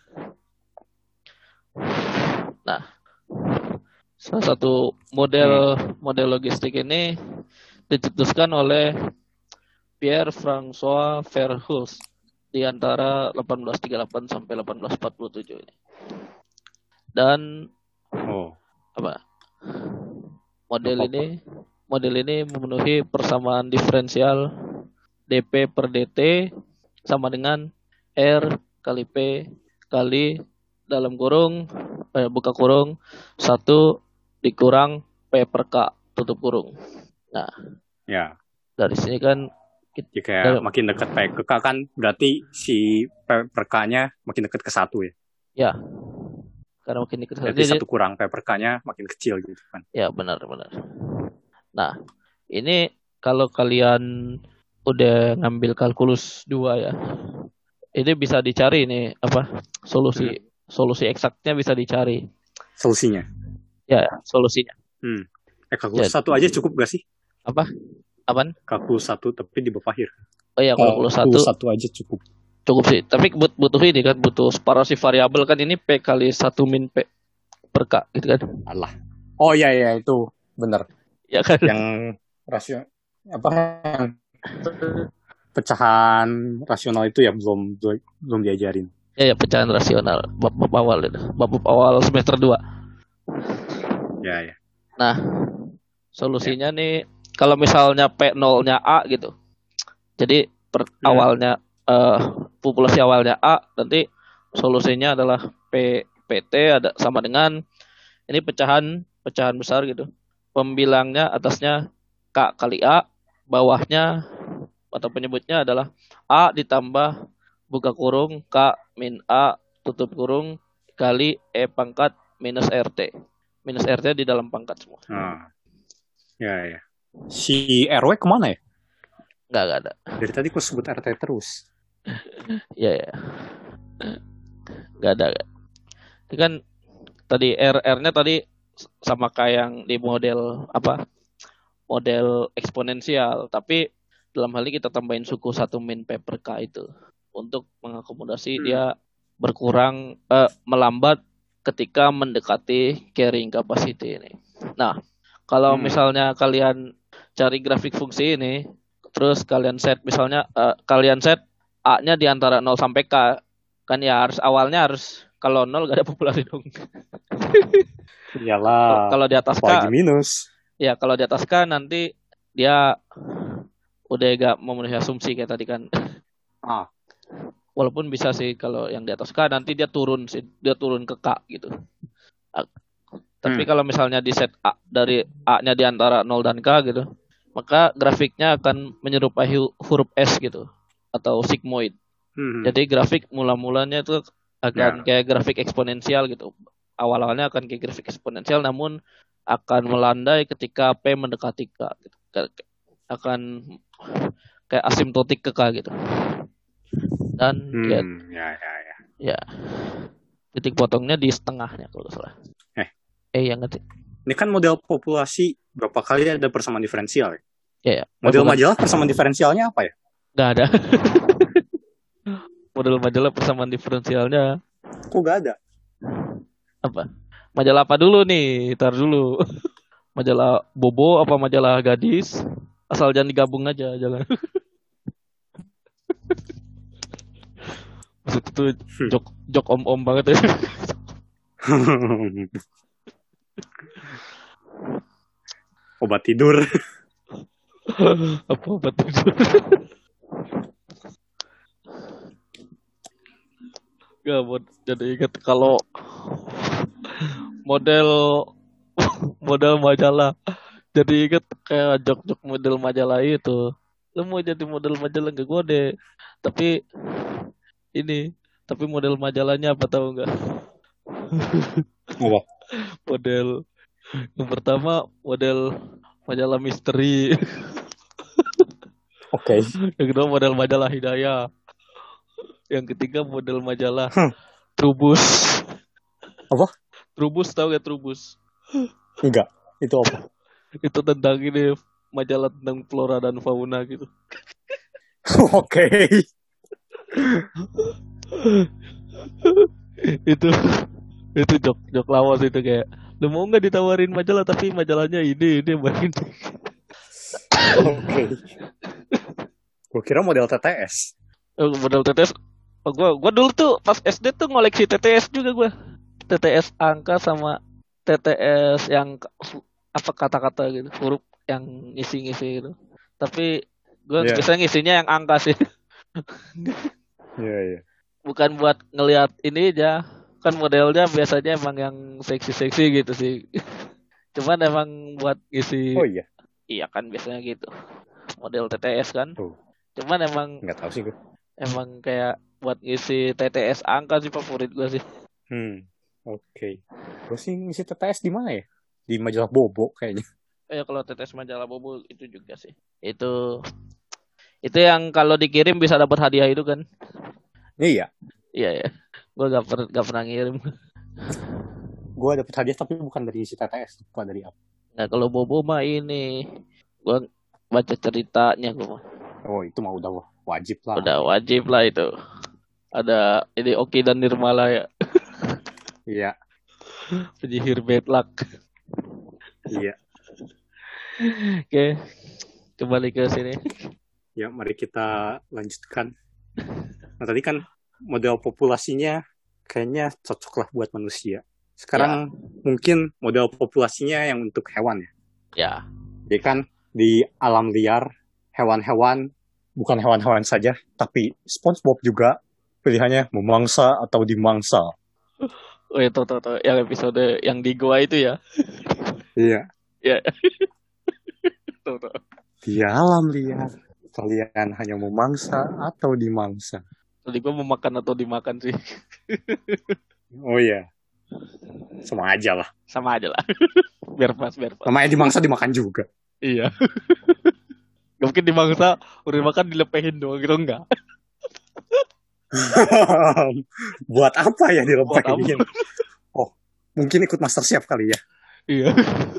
Nah, salah satu model hmm. model logistik ini dicetuskan oleh Pierre François Verhulst di antara delapan belas tiga puluh delapan sampai delapan belas empat puluh tujuh ini. Dan oh. apa? Model ini model ini memenuhi persamaan diferensial D P per D T sama dengan R kali P kali dalam kurung eh, buka kurung satu dikurang P per K tutup kurung. Nah, Ya. Dari sini kan kita, ya kayak dari, makin dekat P ke K kan berarti si P per K-nya makin dekat ke satu ya. Ya. Karena makin dekat berarti satu kurang P per K-nya makin kecil gitu kan. Ya, benar-benar. Nah, ini kalau kalian udah ngambil kalkulus dua ya. Ini bisa dicari nih apa? Solusi hmm. solusi eksaknya bisa dicari. Solusinya. Ya, solusinya. Hmm. Eh, kalkulus satu aja cukup gak sih? Apa? Apaan? Kalkulus satu tapi di bawah akhir. Oh iya, kalkulus satu. Kalkulus satu aja cukup. Cukup sih. Tapi butuh ini kan, butuh separasi variabel kan, ini P kali satu min P per K gitu kan. Allah. Oh iya iya itu benar. Ya kan. Yang rasio apa pecahan rasional itu ya belum belum diajarin. Ya ya, pecahan rasional bab, bab awal itu. Bab, bab awal semester dua. Ya ya. Nah, solusinya ya. Nih kalau misalnya P nol-nya A gitu. Jadi per hmm. awalnya uh, populasi awalnya A, nanti solusinya adalah P PT ada sama dengan ini pecahan pecahan besar gitu. Pembilangnya atasnya K kali A, bawahnya atau penyebutnya adalah A ditambah buka kurung K min A tutup kurung kali E pangkat minus R T. Minus R T di dalam pangkat semua. Hmm. Ya ya. Si R W kemana ya? Nggak, nggak ada. Dari tadi aku sebut R T terus. Ya ya. Nggak ada. Ini kan tadi R R-nya tadi sama kayak yang di model apa? Model eksponensial, tapi dalam hal ini kita tambahin suku satu min P per K itu untuk mengakomodasi hmm. dia berkurang eh, melambat ketika mendekati carrying capacity ini. Nah, kalau hmm. misalnya kalian cari grafik fungsi ini, terus kalian set misalnya uh, kalian set A-nya di antara nol sampai K, kan ya harus awalnya harus kalau nol gak ada populasi dong. Iyalah. Kalau di atas K lagi minus. Ya, kalau di atas K nanti dia udah gak memenuhi asumsi kayak tadi kan. Ah. Walaupun bisa sih kalau yang di atas K nanti dia turun sih, dia turun ke K gitu. Tapi hmm. kalau misalnya di set A dari A-nya di antara nol dan K gitu, maka grafiknya akan menyerupai huruf S gitu atau sigmoid. Hmm. Jadi grafik mula-mulanya itu akan yeah. kayak grafik eksponensial gitu. Awal-awalnya akan kayak grafik eksponensial, namun akan melandai ketika P mendekati K gitu. Akan kayak asimptotik ke K gitu. Dan hmm, ya, ya, ya, ya. ya titik potongnya di setengahnya kalau salah. Eh, eh yang ngerti. Ini kan model populasi berapa kali ada persamaan diferensial ya? Ya, ya. Model Bukan. majalah persamaan diferensialnya apa ya? Gak ada. Model majalah persamaan diferensialnya. Kok gak ada? Apa? Majalah apa dulu nih? Tar dulu. Majalah Bobo apa majalah Gadis? Asal jangan digabung aja, jangan. Maksud itu jok jok om-om banget ya. Obat tidur. Apa obat tidur? Gak mau jadi ingat kalau model model majalah. Jadi ingat kayak jok-jok model majalah itu. Lu mau jadi model majalah gak gue deh. Tapi ini, tapi model majalahnya apa tahu nggak? Apa? Model yang pertama model majalah misteri. Oke. Okay. Yang kedua model majalah Hidayah. Yang ketiga model majalah hmm. Trubus. Apa? Trubus, tahu gak Trubus? Enggak. Itu apa? Itu tentang ini majalah tentang flora dan fauna gitu. Oke. Okay. itu itu jok jok lawas itu kayak lu mau nggak ditawarin majalah tapi majalahnya ini ini main. Oke. Gue kira model T T S. Oh, model T T S. Oh, gue gue dulu tuh pas S D tuh ngoleksi T T S juga gue. T T S angka sama T T S yang apa kata-kata gitu, huruf yang ngisi-ngisi gitu. Tapi gue yeah. biasanya ngisinya yang angka sih. Iya, yeah, iya. Yeah. Bukan buat ngelihat ini aja. Kan modelnya biasanya emang yang seksi-seksi gitu sih. Cuman emang buat ngisi. Oh iya. Iya kan biasanya gitu. Model T T S kan. Tuh, Cuman emang nggak tahu sih gue. emang kayak buat ngisi T T S angka sih favorit gue sih. Hmm, oke. Okay. Gue sih ngisi T T S di mana ya? Di majalah Bobo kayaknya. Eh kalau T T S majalah Bobo itu juga sih. Itu itu yang kalau dikirim bisa dapat hadiah itu kan. Iya, Iya ya. Gue gak, per, gak pernah ngirim. gue dapet hadiah tapi bukan dari isi T T S, bukan dari apa. Nah kalau Bobo mah ini gue baca ceritanya gue mah. Oh, itu mah udah wajib lah. Udah wajib lah itu. Ada ini Oki dan Nirmala ya. Iya. Penyihir bad luck. Iya. Oke. Kembali ke sini. Ya, mari kita lanjutkan. Nah, tadi kan model populasinya kayaknya cocok lah buat manusia. Sekarang ya. Mungkin model populasinya yang untuk hewan ya. Ya. Jadi kan di alam liar, hewan-hewan, bukan hewan-hewan saja, tapi SpongeBob juga pilihannya memangsa atau dimangsa. Oh itu tuh, tuh, yang episode yang di gua itu ya. Iya. Iya. Tuh, tuh. Di alam liar, kalian hanya memangsa atau dimangsa. Tadi gua mau makan atau dimakan sih. Oh iya. Sama aja lah. Sama aja lah. Biar pas, biar pas. Namanya dimangsa dimakan juga. Iya. Gak mungkin dimangsa, udah makan dilepehin doang gitu, enggak. Buat apa ya dilepehin? Oh, mungkin ikut MasterChef kali ya. Iya.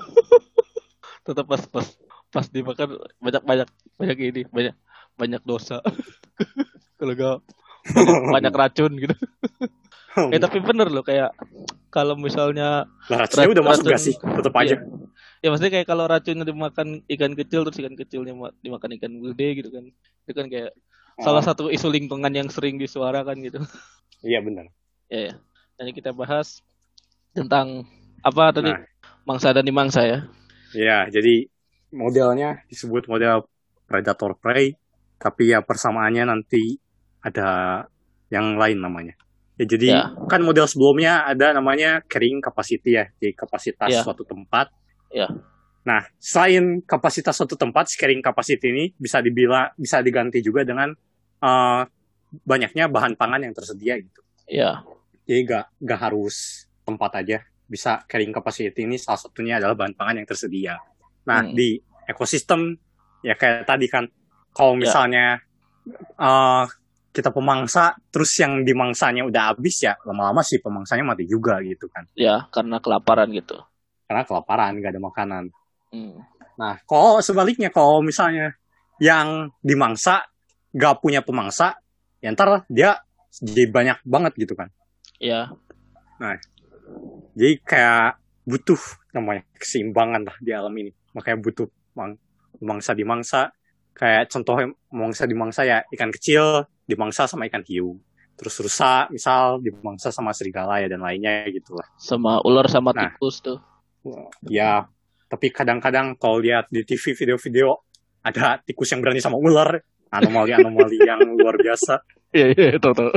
Tetap pas pas pas dimakan banyak banyak banyak ini banyak banyak dosa. Kalau gak banyak, banyak racun gitu. Eh tapi bener loh kayak kalau misalnya lah, racunnya udah masuk gak sih? Tetap aja. Iya. Ya maksudnya kayak kalau racunnya dimakan ikan kecil terus ikan kecilnya dimakan ikan gede gitu kan. Itu kan kayak oh. salah satu isu lingkungan yang sering disuarakan gitu. Iya benar. Ya, ya. Jadi kita bahas tentang apa tadi nah. Mangsa dan dimangsa ya. Iya, jadi modelnya disebut model predator prey, tapi ya persamaannya nanti ada yang lain namanya. Ya, jadi ya. Kan model sebelumnya ada namanya carrying capacity ya, jadi kapasitas ya. Suatu tempat. Ya. Nah, selain kapasitas suatu tempat, carrying capacity ini bisa dibilang bisa diganti juga dengan uh, banyaknya bahan pangan yang tersedia gitu. Iya. Jadi gak, gak harus tempat aja. Bisa carrying capacity ini salah satunya adalah bahan pangan yang tersedia. Nah, hmm. di ekosistem ya kayak tadi kan, kalau misalnya ya. uh, kita pemangsa, terus yang dimangsanya udah habis ya, lama-lama sih pemangsanya mati juga gitu kan. Ya, karena kelaparan gitu. Karena kelaparan, gak ada makanan. Hmm. Nah, kalau sebaliknya, kalau misalnya yang dimangsa gak punya pemangsa, ya ntar dia jadi banyak banget gitu kan. Iya. Nah, jadi kayak butuh namanya keseimbangan lah di alam ini. Makanya butuh memangsa dimangsa. Kayak contohnya memangsa dimangsa ya ikan kecil dimangsa sama ikan hiu. Terus rusa misal dimangsa sama serigala ya dan lainnya gitu lah. Sama ular sama nah, tikus tuh. Ya, tapi kadang-kadang kalau lihat di T V video-video ada tikus yang berani sama ular, anomali-anomali yang luar biasa. Iya, iya, itu tuh.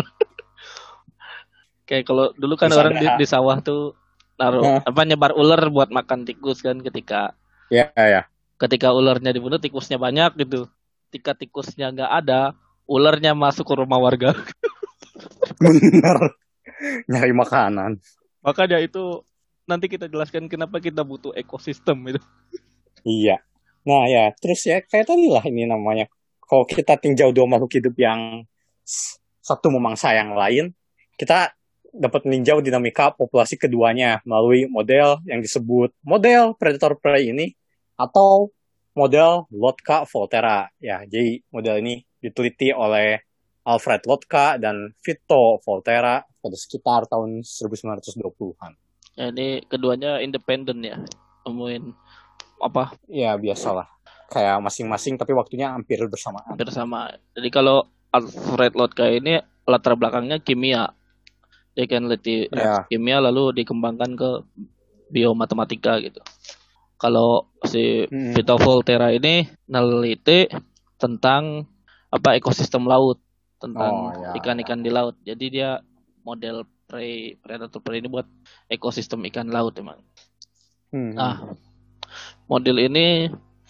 Kayak kalau dulu kan bisa orang di, di sawah tuh naruh nah. apa nyebar ular buat makan tikus kan ketika ya, ya. Ketika ularnya dibunuh tikusnya banyak gitu. Ketika tikusnya nggak ada, ularnya masuk ke rumah warga. Benar. Nyari makanan. Makanya itu nanti kita jelaskan kenapa kita butuh ekosistem itu. Iya. Nah ya, terus ya kayak tadi lah ini namanya. Kalau kita tinjau dua makhluk hidup yang satu memangsa yang lain, kita dapat meninjau dinamika populasi keduanya melalui model yang disebut model predator prey ini atau model Lotka-Volterra. Ya, jadi model ini diteliti oleh Alfred Lotka dan Vito Volterra pada sekitar tahun seribu sembilan ratus dua puluhan. Ya, ini keduanya independen ya, nemuin apa? Ya biasalah, kayak masing-masing tapi waktunya hampir bersamaan. Hampir sama. Jadi kalau Alfred Lotka ini latar belakangnya kimia, dia kan teliti ya. kimia lalu dikembangkan ke biomatematika gitu. Kalau si hmm. Vito Volterra ini neliti tentang apa ekosistem laut, tentang oh, ya, ikan-ikan ya. di laut. Jadi dia model prey predator prey ini buat ekosistem ikan laut emang. Hmm. Nah, model ini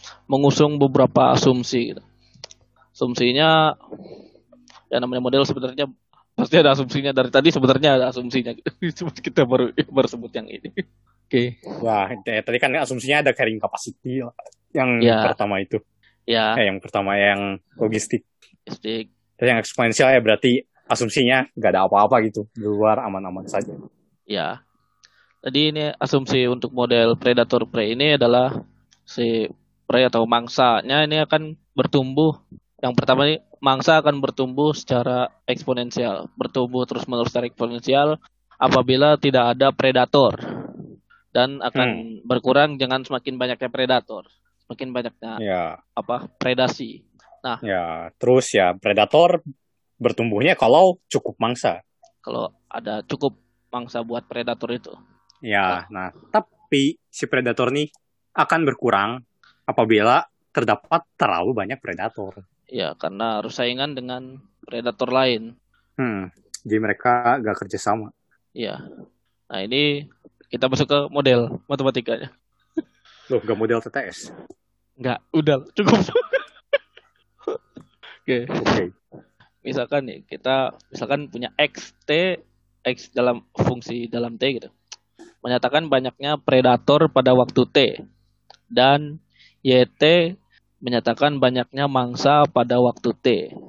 mengusung beberapa asumsi gitu. Asumsinya ya namanya model sebenarnya pasti ada asumsinya, dari tadi sebenarnya ada asumsinya gitu. Cuma kita baru baru sebut yang ini. Oke. Wah, eh, tadi kan asumsinya ada carrying capacity yang Ya, pertama itu. ya, Eh, yang pertama yang logistik. logistik. Terus yang eksponensial ya berarti asumsinya nggak ada apa-apa gitu. Di luar aman-aman saja. Ya. Jadi ini asumsi untuk model predator prey ini adalah si prey atau mangsanya ini akan bertumbuh. Yang pertama ini mangsa akan bertumbuh secara eksponensial, bertumbuh terus-menerus secara eksponensial apabila tidak ada predator, dan akan Hmm. berkurang dengan semakin banyaknya predator, semakin banyaknya Ya, apa predasi. Nah, ya. Terus ya predator bertumbuhnya kalau cukup mangsa. kalau ada cukup mangsa buat predator itu. Ya, nah tapi si predator nih akan berkurang apabila terdapat terlalu banyak predator. Ya, karena harus saingan dengan predator lain. Hmm. Jadi mereka gak kerja sama. Ya. Nah, ini kita masuk ke model matematikanya. Loh, gak model T T S. Enggak, udah cukup. Oke. Oke. Misalkan nih, kita misalkan punya X, T, X dalam fungsi dalam T gitu. Menyatakan banyaknya predator pada waktu T. Dan Y T menyatakan banyaknya mangsa pada waktu T.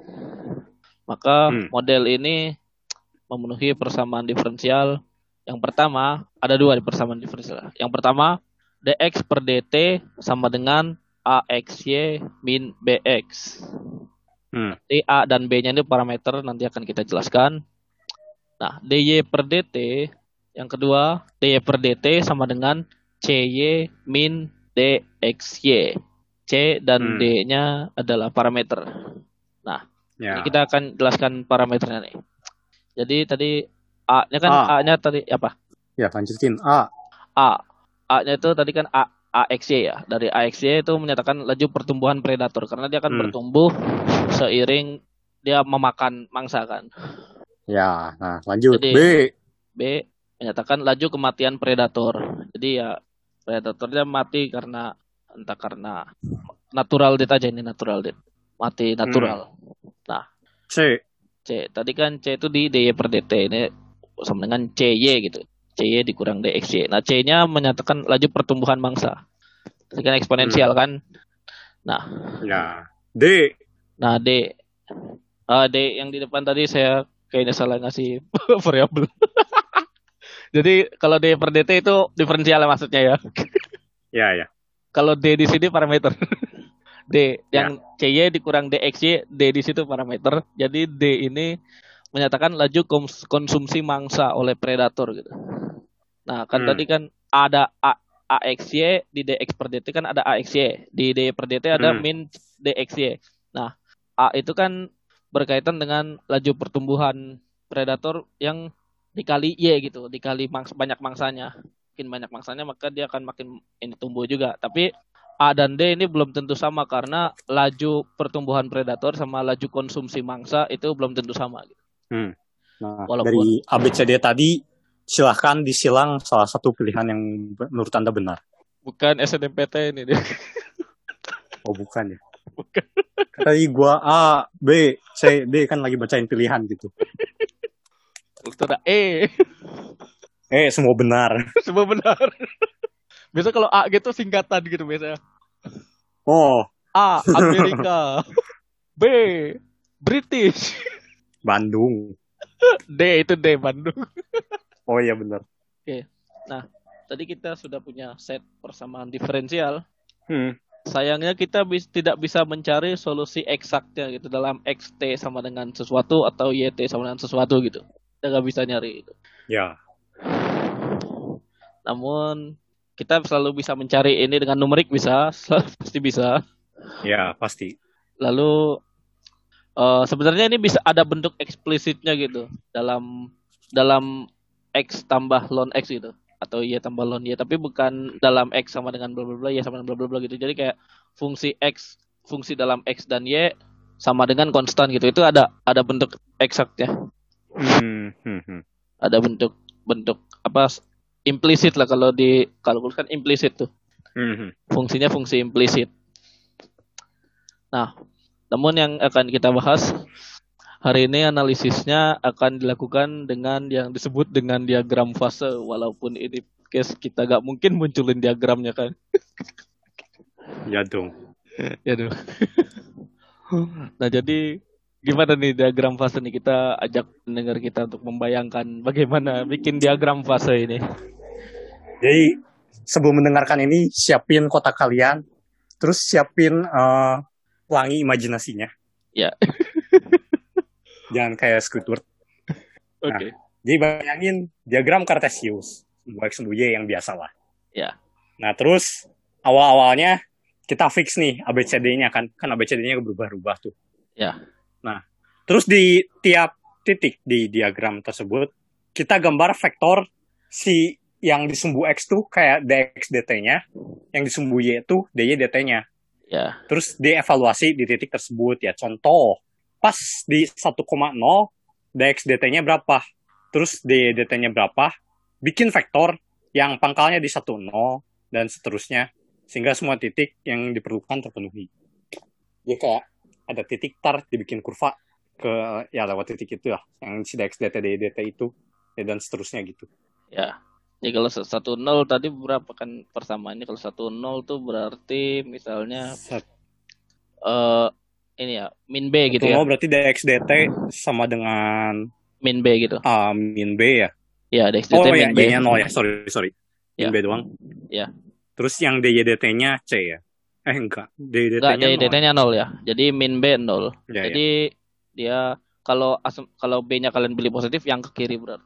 Maka Hmm. model ini memenuhi persamaan diferensial. Yang pertama, ada dua di persamaan diferensial. Yang pertama, dx per dt sama dengan axy min bx. Hmm. Nanti A dan B-nya ini parameter, nanti akan kita jelaskan. Nah, dy per dt, yang kedua, dy per dt sama dengan cy min dxy. C dan Hmm. D-nya adalah parameter. Nah, Ya. ini kita akan jelaskan parameternya nih. Jadi tadi A-nya kan A. A-nya tadi apa? Ya, lanjutin. A. A. A-nya itu tadi kan A AXY ya. Dari AXY itu menyatakan laju pertumbuhan predator karena dia akan Hmm. bertumbuh seiring dia memakan mangsa kan. Ya, nah lanjut. Jadi B. B menyatakan laju kematian predator. Jadi ya predatornya mati karena entah karena natural death aja, ini natural death. Mati natural. Nah, C. C. Tadi kan C itu di dy per dt, ini sama dengan cy gitu. Cy dikurang dxy. Nah, C-nya menyatakan laju pertumbuhan mangsa. Tadi kan eksponensial kan. Nah, Ya. D. nah D. Ah, D yang di depan tadi saya kayaknya salah ngasih variabel. Jadi kalau D per dt itu diferensial maksudnya ya. Ya, ya. Kalau D di sini parameter. D yang cy dikurang dxy, D di situ parameter. Jadi D ini menyatakan laju kons- konsumsi mangsa oleh predator gitu. Nah, kan Hmm. tadi kan ada A, AXY di dx per dt kan ada AXY, di dy per dt ada Hmm. min dxy. Nah, A itu kan berkaitan dengan laju pertumbuhan predator yang dikali Y gitu, dikali mangs- banyak mangsanya. Makin banyak mangsanya maka dia akan makin ini tumbuh juga. Tapi A dan D ini belum tentu sama karena laju pertumbuhan predator sama laju konsumsi mangsa itu belum tentu sama gitu. Hmm. Nah, Walaupun dari A B C D tadi silahkan disilang salah satu pilihan yang menurut Anda benar. bukan S N M P T ini dia. Oh, bukan ya. Bukan. Tadi gua A, B, C, D kan lagi bacain pilihan gitu. Itu ada E. Eh, semua benar. Semua benar. Biasa kalau A gitu singkatan gitu biasanya. Oh, A Amerika. B British. Bandung. D itu D Bandung. Oh iya benar. Oke. Nah, tadi kita sudah punya set persamaan diferensial. Hmm. Sayangnya kita bis, tidak bisa mencari solusi eksaknya gitu dalam X T sama dengan sesuatu atau Y T sama dengan sesuatu gitu. Kita nggak bisa nyari itu. Ya. Namun kita selalu bisa mencari ini dengan numerik bisa, pasti bisa. Ya, pasti. Lalu uh, sebenarnya ini bisa ada bentuk eksplisitnya gitu dalam dalam X tambah ln X gitu atau Y tambah ln Y, tapi bukan dalam X sama dengan bla bla bla Y sama dengan bla bla bla gitu. Jadi kayak fungsi X, fungsi dalam X dan Y sama dengan konstan gitu. Itu ada ada bentuk eksaknya. Hmm, hmm, hmm. Ada bentuk bentuk apa implisit lah kalau di kalkulus kan implisit tuh. Hmm, hmm. Fungsinya fungsi implisit. Nah, namun yang akan kita bahas hari ini analisisnya akan dilakukan dengan yang disebut dengan diagram fase, walaupun ini case kita gak mungkin munculin diagramnya kan. Ya dong. Ya dong. Nah jadi gimana nih diagram fase nih, kita ajak pendengar kita untuk membayangkan bagaimana bikin diagram fase ini. Jadi sebelum mendengarkan ini siapin kotak kalian, terus siapin uh, pelangi imajinasinya. Ya. Jangan kayak Squidward. Oke. Okay. Nah, jadi bayangin diagram Cartesius, sumbu X sumbu Y yang biasa lah. Ya. Nah terus awal-awalnya kita fix nih A B C D-nya kan, kan A B C D-nya berubah-ubah tuh. Ya. Nah, terus di tiap titik di diagram tersebut kita gambar vektor si yang di sumbu X tuh kayak dx dt-nya, yang di sumbu Y itu dy dt-nya. Ya. Terus dievaluasi di titik tersebut ya. Contoh, pas di satu koma nol dx dt-nya berapa? Terus dy dt-nya berapa? Bikin vektor yang pangkalnya di satu nol dan seterusnya, sehingga semua titik yang diperlukan terpenuhi. Jadi kayak ada titik tar dibikin kurva ke ya lewat titik itu lah, yang si dx dt dy dt itu ya, dan seterusnya gitu. Ya. Jadi kalau satu nol tadi berapa kan persamaannya? Kalau satu nol tuh berarti misalnya Set. uh, ini ya min B gitu ya. Oh berarti dx dt sama dengan min B gitu. Ah uh, min B ya. Ya dx dt oh, min ya, B. Y-nya nol ya, sorry sorry. Min ya. B doang. Ya. Terus yang dy dt-nya C ya. Eh enggak, dy dt-nya enggak, dy dt-nya nol ya. Jadi min B nol. Ya, Jadi ya. dia kalau asum, kalau B-nya kalian pilih positif, yang ke kiri berarti.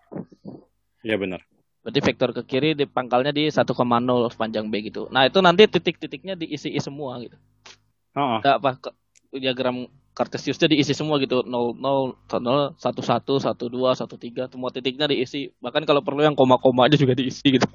Ya benar. Berarti vektor ke kiri di pangkalnya di satu koma nol sepanjang B gitu. Nah, itu nanti titik-titiknya diisi semua gitu. Heeh. Enggak apa diagram Cartesiusnya diisi semua gitu. nol nol nol satu satu satu dua satu tiga semua titiknya diisi. Bahkan kalau perlu yang koma-koma aja juga diisi gitu.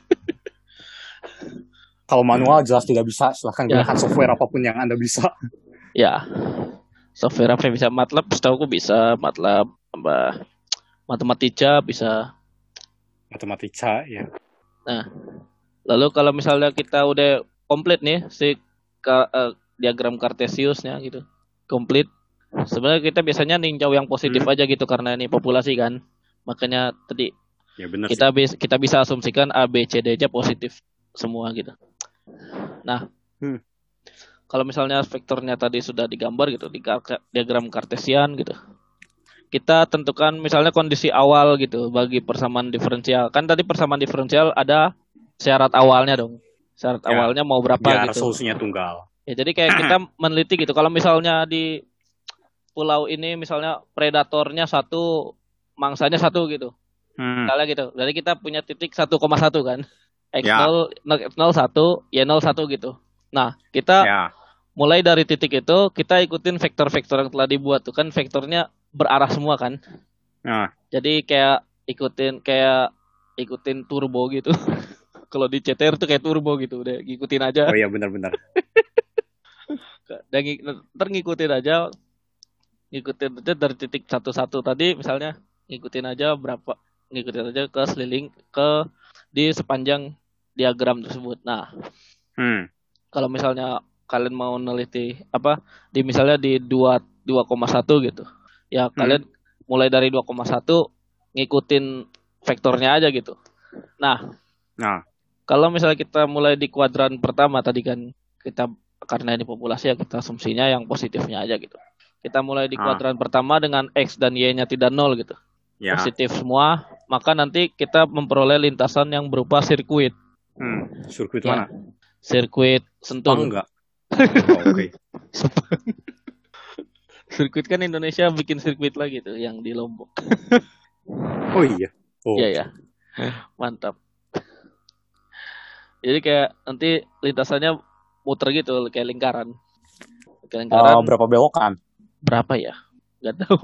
Kalau manual jelas tidak bisa, silahkan ya. Gunakan software apapun yang Anda bisa. Ya. Software apa yang bisa? MATLAB setahu aku bisa, MATLAB apa Matematika bisa. Matematika ya. Nah, lalu kalau misalnya kita udah komplit nih si ka, uh, diagram Cartesiusnya gitu, komplit. Sebenarnya kita biasanya ninjau yang positif hmm. aja gitu karena ini populasi kan. Makanya tadi ya, bener kita bis, kita bisa asumsikan A B C D aja positif semua gitu. Nah, hmm. kalau misalnya vektornya tadi sudah digambar gitu di diagram Cartesian gitu. Kita tentukan misalnya kondisi awal gitu bagi persamaan diferensial. Kan tadi persamaan diferensial ada syarat awalnya dong. Syarat ya, awalnya mau berapa biar gitu. Solusinya tunggal. Ya jadi kayak kita meneliti gitu. Kalau misalnya di pulau ini misalnya predatornya satu, mangsanya satu gitu. Hmm. Misalnya gitu. Jadi kita punya titik satu koma satu kan. X nol, ya. nol satu, Y nol satu gitu. Nah, kita ya. mulai dari titik itu kita ikutin vektor-vektor yang telah dibuat tuh kan vektornya berarah semua kan. Nah. Jadi kayak ikutin kayak ikutin turbo gitu. Kalau di C T R tuh kayak turbo gitu, udah ngikutin aja. Oh iya benar-benar. Dan ntar ngikutin aja, ngikutin aja dari titik satu satu tadi misalnya ngikutin aja berapa, ngikutin aja ke seliling ke di sepanjang diagram tersebut. Nah, hmm. kalau misalnya kalian mau neliti apa di misalnya di dua koma satu gitu. Ya kalian hmm. mulai dari dua koma satu ngikutin vektornya aja gitu. Nah, nah, kalau misalnya kita mulai di kuadran pertama tadi kan kita karena ini populasi ya kita asumsinya yang positifnya aja gitu. Kita mulai di kuadran ah. pertama dengan X dan Y-nya tidak nol gitu. Ya. Positif semua, maka nanti kita memperoleh lintasan yang berupa sirkuit. Hmm, sirkuit ya. mana? Sirkuit Sentul. Oh, enggak. Oh, oke. Okay. Sirkuit kan Indonesia bikin sirkuit lagi tuh yang di Lombok. Oh iya. Oh. Iya ya. Mantap. Jadi kayak nanti lintasannya muter gitu kayak lingkaran. Kayak lingkaran. Uh, berapa belokan? Berapa ya? Gak tahu.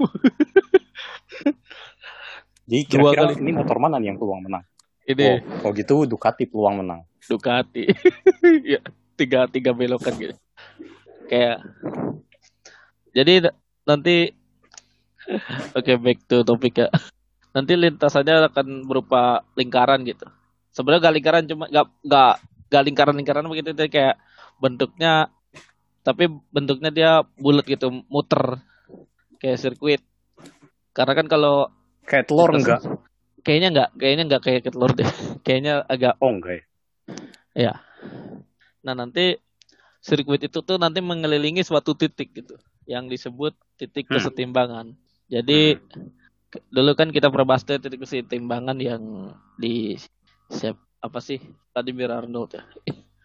Jadi kira-kira ini motor mana nih yang peluang menang? Ini. Oh, kalau gitu Ducati peluang menang. Ducati. Ya, tiga tiga belokan gitu. Kayak jadi nanti oke okay, back to topik ya. Nanti lintasannya akan berupa lingkaran gitu. Sebenarnya gak lingkaran cuma gak gak gak lingkaran-lingkaran begitu kayak bentuknya tapi bentuknya dia bulat gitu, muter kayak sirkuit. Karena kan kalau kayak telur enggak? Kayaknya enggak, kayaknya enggak kayak telur deh. Kayaknya agak oh enggak ya. Ya. Nah, nanti sirkuit itu tuh nanti mengelilingi suatu titik gitu yang disebut titik Hmm. kesetimbangan. Jadi Hmm. dulu kan kita pernah bahas titik kesetimbangan yang di siap apa sih? Vladimir Arnold ya.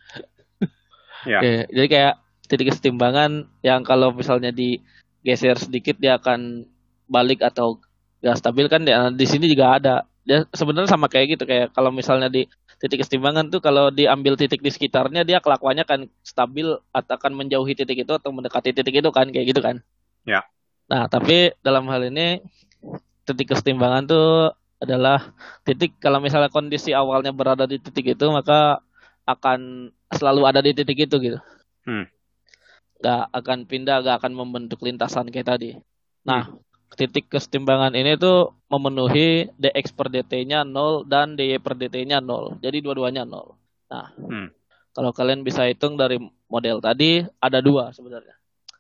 Ya. Oke, jadi kayak titik kesetimbangan yang kalau misalnya digeser sedikit dia akan balik atau gak stabil kan di, di sini juga ada. Dia sebenarnya sama kayak gitu, kayak kalau misalnya di titik kesetimbangan tuh kalau diambil titik di sekitarnya dia kelakuannya kan stabil atau akan menjauhi titik itu atau mendekati titik itu kan kayak gitu kan. Ya. Nah, tapi dalam hal ini titik kesetimbangan tuh adalah titik kalau misalnya kondisi awalnya berada di titik itu maka akan selalu ada di titik itu gitu. Hmm. Gak akan pindah, gak akan membentuk lintasan kayak tadi. Nah, Hmm. titik kesetimbangan ini tuh memenuhi dx per dt-nya nol dan dy per dt-nya nol. Jadi dua-duanya nol. Nah, hmm. kalau kalian bisa hitung dari model tadi ada dua sebenarnya.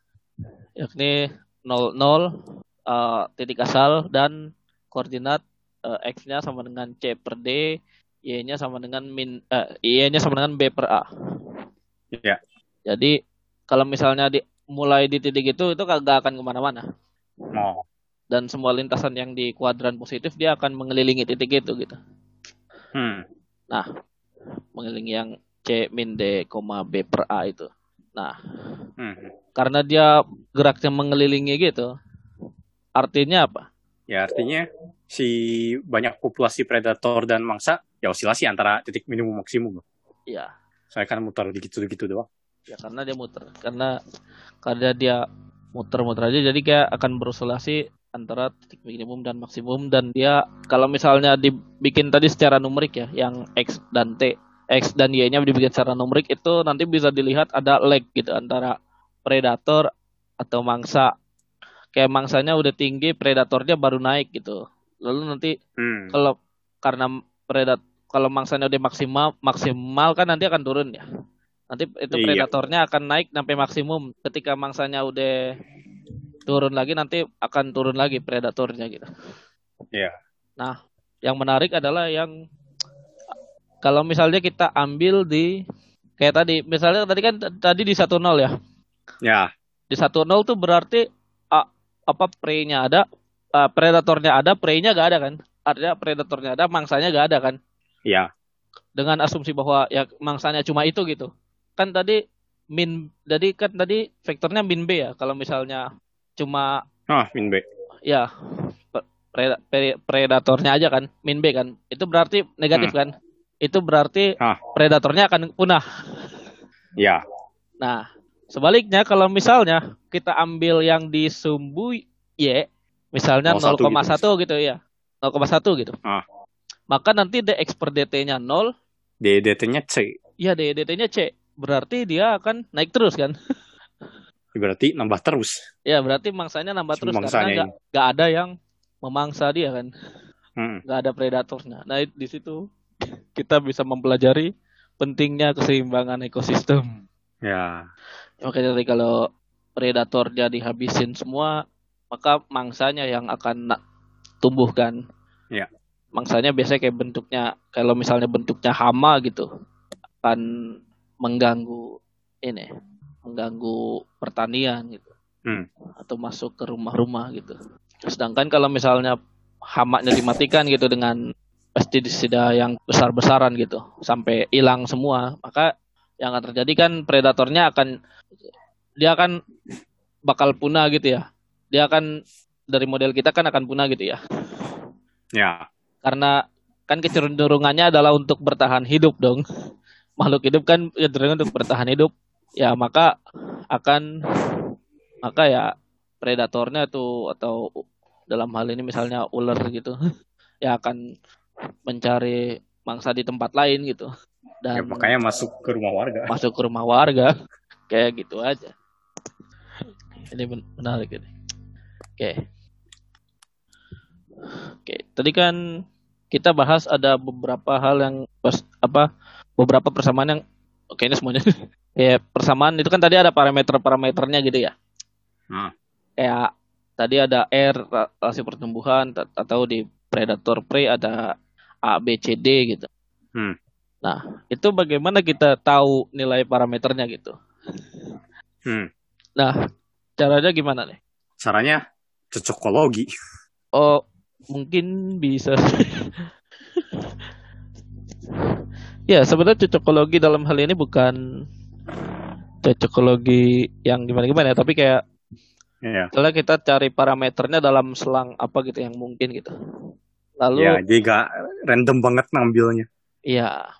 Yakni nol, nol uh, titik asal dan koordinat uh, x-nya sama dengan c per d, y-nya sama dengan min uh, y-nya sama dengan b per a. Ya. Jadi kalau misalnya di, mulai di titik itu itu kagak akan kemana-mana. Oh. Dan semua lintasan yang di kuadran positif dia akan mengelilingi titik itu gitu. Hmm. Nah, mengelilingi yang c min d, b per a itu. Nah, hmm. karena dia geraknya mengelilingi gitu, artinya apa? Ya artinya si banyak populasi predator dan mangsa ya osilasi antara titik minimum maksimum. Iya. Saya kan muter gitu-gitu doang. Ya karena dia muter, karena karena dia muter-muter aja, jadi kayak akan berosilasi antara titik minimum dan maksimum. Dan dia kalau misalnya dibikin tadi secara numerik ya, yang x dan t, x dan y-nya dibikin secara numerik, itu nanti bisa dilihat ada lag gitu antara predator atau mangsa. Kayak mangsanya udah tinggi, predatornya baru naik gitu. Lalu nanti hmm. kalau karena predator kalau mangsanya udah maksimal maksimal kan nanti akan turun ya. Nanti itu predatornya iya. akan naik sampai maksimum. Ketika mangsanya udah turun lagi, nanti akan turun lagi predatornya gitu. Iya. Nah, yang menarik adalah yang kalau misalnya kita ambil di kayak tadi, misalnya tadi kan tadi di satu nol ya. Ya. Di satu nol tuh berarti uh, apa prey-nya ada, uh, predatornya ada, prey-nya gak ada kan? Artinya predatornya ada, mangsanya gak ada kan? Iya. Dengan asumsi bahwa ya mangsanya cuma itu gitu. Kan tadi min jadi kan tadi vektornya min b ya kalau misalnya cuma ah min b ya pre, pre, predatornya aja kan min b kan itu berarti negatif hmm. kan itu berarti ah. predatornya akan punah ya. Nah sebaliknya kalau misalnya kita ambil yang di sumbu y misalnya nol koma satu gitu, gitu ya nol koma satu gitu ah. maka nanti dx per dt-nya nol, d dt-nya c. Iya d dt-nya c. Berarti dia akan naik terus kan? Berarti nambah terus. Ya berarti mangsanya nambah si terus mangsanya karena gak, gak ada yang memangsa dia kan, hmm. gak ada predatornya. Nah di situ kita bisa mempelajari pentingnya keseimbangan ekosistem. Ya. Makanya tadi kalau predatornya dihabisin semua, maka mangsanya yang akan tumbuh kan. Ya. Mangsanya biasanya kayak bentuknya, kalau misalnya bentuknya hama gitu, akan mengganggu ini, mengganggu pertanian gitu, hmm. atau masuk ke rumah-rumah gitu. Sedangkan kalau misalnya hamanya dimatikan gitu dengan pestisida yang besar-besaran gitu, sampai hilang semua, maka yang akan terjadi kan predatornya akan, dia akan bakal punah gitu ya. Dia akan dari model kita kan akan punah gitu ya. Ya. Karena kan kecenderungannya adalah untuk bertahan hidup dong. Makhluk hidup kan cenderung untuk bertahan hidup, ya maka akan maka ya predatornya tuh atau dalam hal ini misalnya ular gitu ya akan mencari mangsa di tempat lain gitu dan ya, makanya masuk ke rumah warga masuk ke rumah warga kayak gitu aja. Ini menarik ini. Oke oke tadi kan kita bahas ada beberapa hal yang pas, apa beberapa persamaan yang kayaknya semuanya Ya persamaan itu kan tadi ada parameter-parameternya gitu ya. Hmm. Kayak tadi ada R rasio pertumbuhan t- atau di predator prey ada A B C D gitu. Hmm. Nah, itu bagaimana kita tahu nilai parameternya gitu. Hmm. Nah, caranya gimana nih? Caranya cocokologi. Oh, mungkin bisa. Ya, sebenarnya cocokologi dalam hal ini bukan cocokologi yang gimana-gimana ya, tapi kayak Iya. misalnya kita cari parameternya dalam selang apa gitu yang mungkin gitu. Ya, Lalu, jadi gak random banget ngambilnya. ya,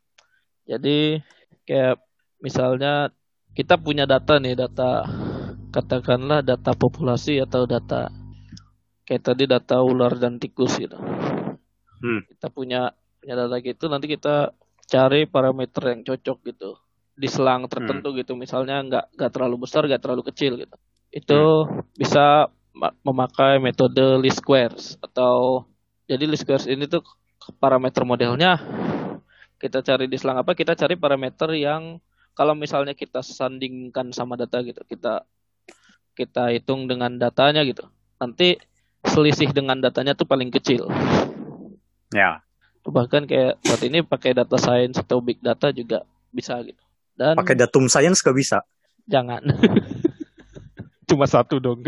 jadi kayak misalnya kita punya data nih, data katakanlah data populasi atau data kayak tadi data ular dan tikus gitu. Hmm. Kita punya punya data gitu, nanti kita cari parameter yang cocok gitu di selang tertentu Hmm. gitu. Misalnya nggak nggak terlalu besar, nggak terlalu kecil gitu. Itu Hmm. bisa ma- memakai metode least squares atau jadi least squares ini tuh parameter modelnya kita cari di selang apa? Kita cari parameter yang kalau misalnya kita sandingkan sama data gitu, kita kita hitung dengan datanya gitu. Nanti selisih dengan datanya tuh paling kecil. Ya. Bahkan kayak saat ini pakai data science atau big data juga bisa gitu. Dan Pakai datum science gak bisa. jangan cuma satu dong.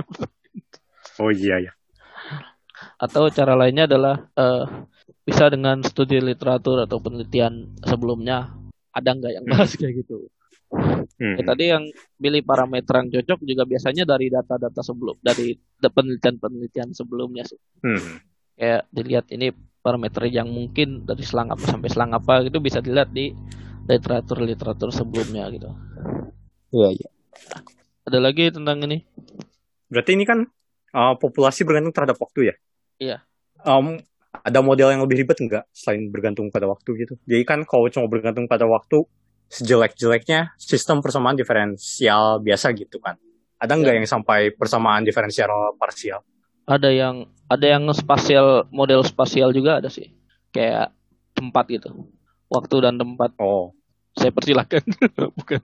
Oh iya ya. Atau cara lainnya adalah eh, bisa dengan studi literatur atau penelitian sebelumnya. Ada nggak yang bahas Hmm. kayak gitu? Hmm. Ya, tadi yang pilih parameter yang cocok juga biasanya dari data-data sebelum, dari penelitian-penelitian sebelumnya sih. Hmm. Kayak dilihat ini parameter yang mungkin dari selang apa sampai selang apa gitu bisa dilihat di literatur-literatur sebelumnya gitu. Iya, iya. Ada lagi tentang ini? Berarti ini kan uh, populasi bergantung terhadap waktu ya? Iya. Um, ada model yang lebih ribet nggak selain bergantung pada waktu gitu? Jadi kan kalau cuma bergantung pada waktu, sejelek-jeleknya sistem persamaan diferensial biasa gitu kan? Ada nggak Ya, yang sampai persamaan diferensial parsial? ada yang ada yang spasial, model spasial juga ada sih. Kayak tempat gitu. Waktu dan tempat. Oh, Saya persilahkan. Bukan.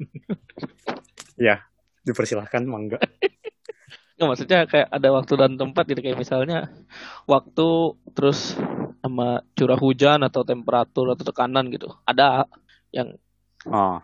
ya, dipersilahkan mangga. Nggak, maksudnya kayak ada waktu dan tempat gitu, kayak misalnya waktu terus sama curah hujan atau temperatur atau tekanan gitu. Ada yang Oh,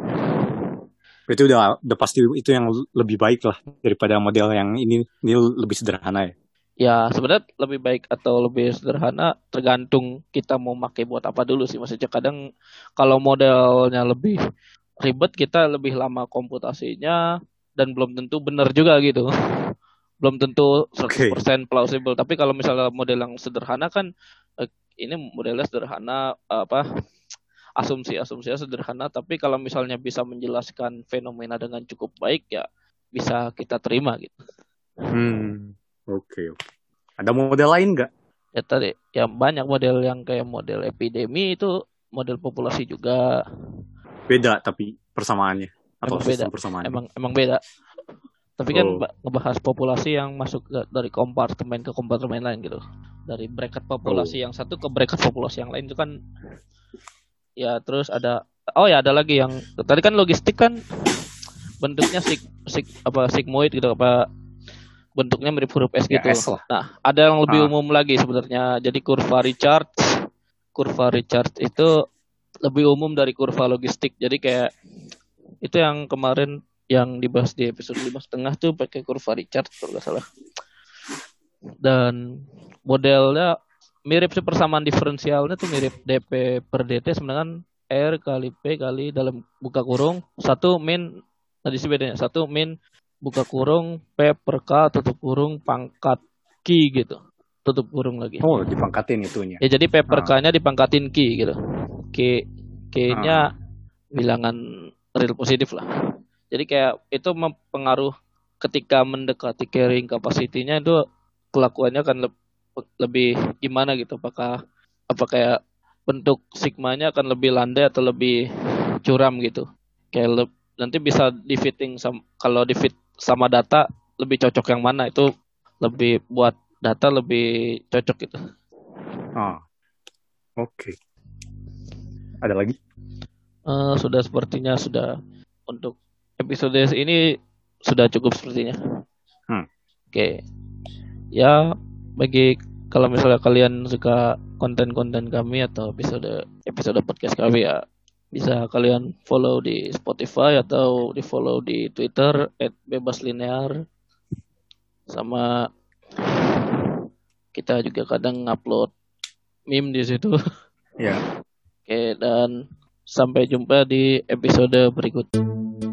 itu udah udah pasti itu yang lebih baik lah daripada model yang ini ini lebih sederhana ya. ya sebenarnya lebih baik atau lebih sederhana tergantung kita mau pakai buat apa dulu sih. Maksudnya kadang kalau modelnya lebih ribet kita lebih lama komputasinya dan belum tentu benar juga gitu. Belum tentu seratus Oke. persen plausible. Tapi kalau misalnya model yang sederhana kan eh, ini modelnya sederhana apa asumsi-asumsinya sederhana, tapi kalau misalnya bisa menjelaskan fenomena dengan cukup baik ya bisa kita terima gitu. Hmm. Oke, oke. Ada model lain nggak? Ya tadi ya banyak model yang kayak model epidemi itu model populasi juga. Beda tapi persamaannya atau Emang beda. sistem persamaannya. Emang emang beda. Tapi kan Oh, ngebahas populasi yang masuk dari kompartemen ke kompartemen lain gitu. Dari bracket oh, populasi yang satu ke bracket populasi yang lain itu kan ya. Terus ada oh ya ada lagi yang tadi kan logistik kan bentuknya sig, sig apa sigmoid gitu apa bentuknya mirip huruf S ya gitu. S lah. Nah, ada yang lebih Ah, umum lagi sebenarnya. Jadi kurva Richards, kurva Richards itu lebih umum dari kurva logistik. Jadi kayak itu yang kemarin yang dibahas di episode lima setengah tuh pakai kurva Richards kalau nggak salah. Dan modelnya mirip sih, persamaan diferensialnya tuh mirip D P per D T sebenarnya R kali P kali dalam buka kurung satu min tadi sih bedanya satu min buka kurung P per K tutup kurung pangkat Q gitu tutup kurung lagi oh, dipangkatin itunya. ya, jadi P per Ah, K nya dipangkatin Q gitu. Q Q nya ah, bilangan real positif lah, jadi kayak itu mempengaruh ketika mendekati carrying capacity-nya itu kelakuannya akan le- lebih gimana gitu, apakah apa kayak bentuk sigmanya akan lebih landai atau lebih curam gitu, kayak le- nanti bisa di fitting sam- kalau di fit sama data lebih cocok yang mana, itu lebih buat data lebih cocok gitu. ah. Oke. Ada lagi? Eh, sudah sepertinya sudah untuk episode ini sudah cukup sepertinya. Hmm. Oke. Ya, bagi kalau misalnya kalian suka konten-konten kami atau episode episode podcast kami ya, bisa kalian follow di Spotify atau di follow di Twitter at bebaslinear. Sama kita juga kadang upload meme di situ. Ya. Oke, dan sampai jumpa di episode berikutnya.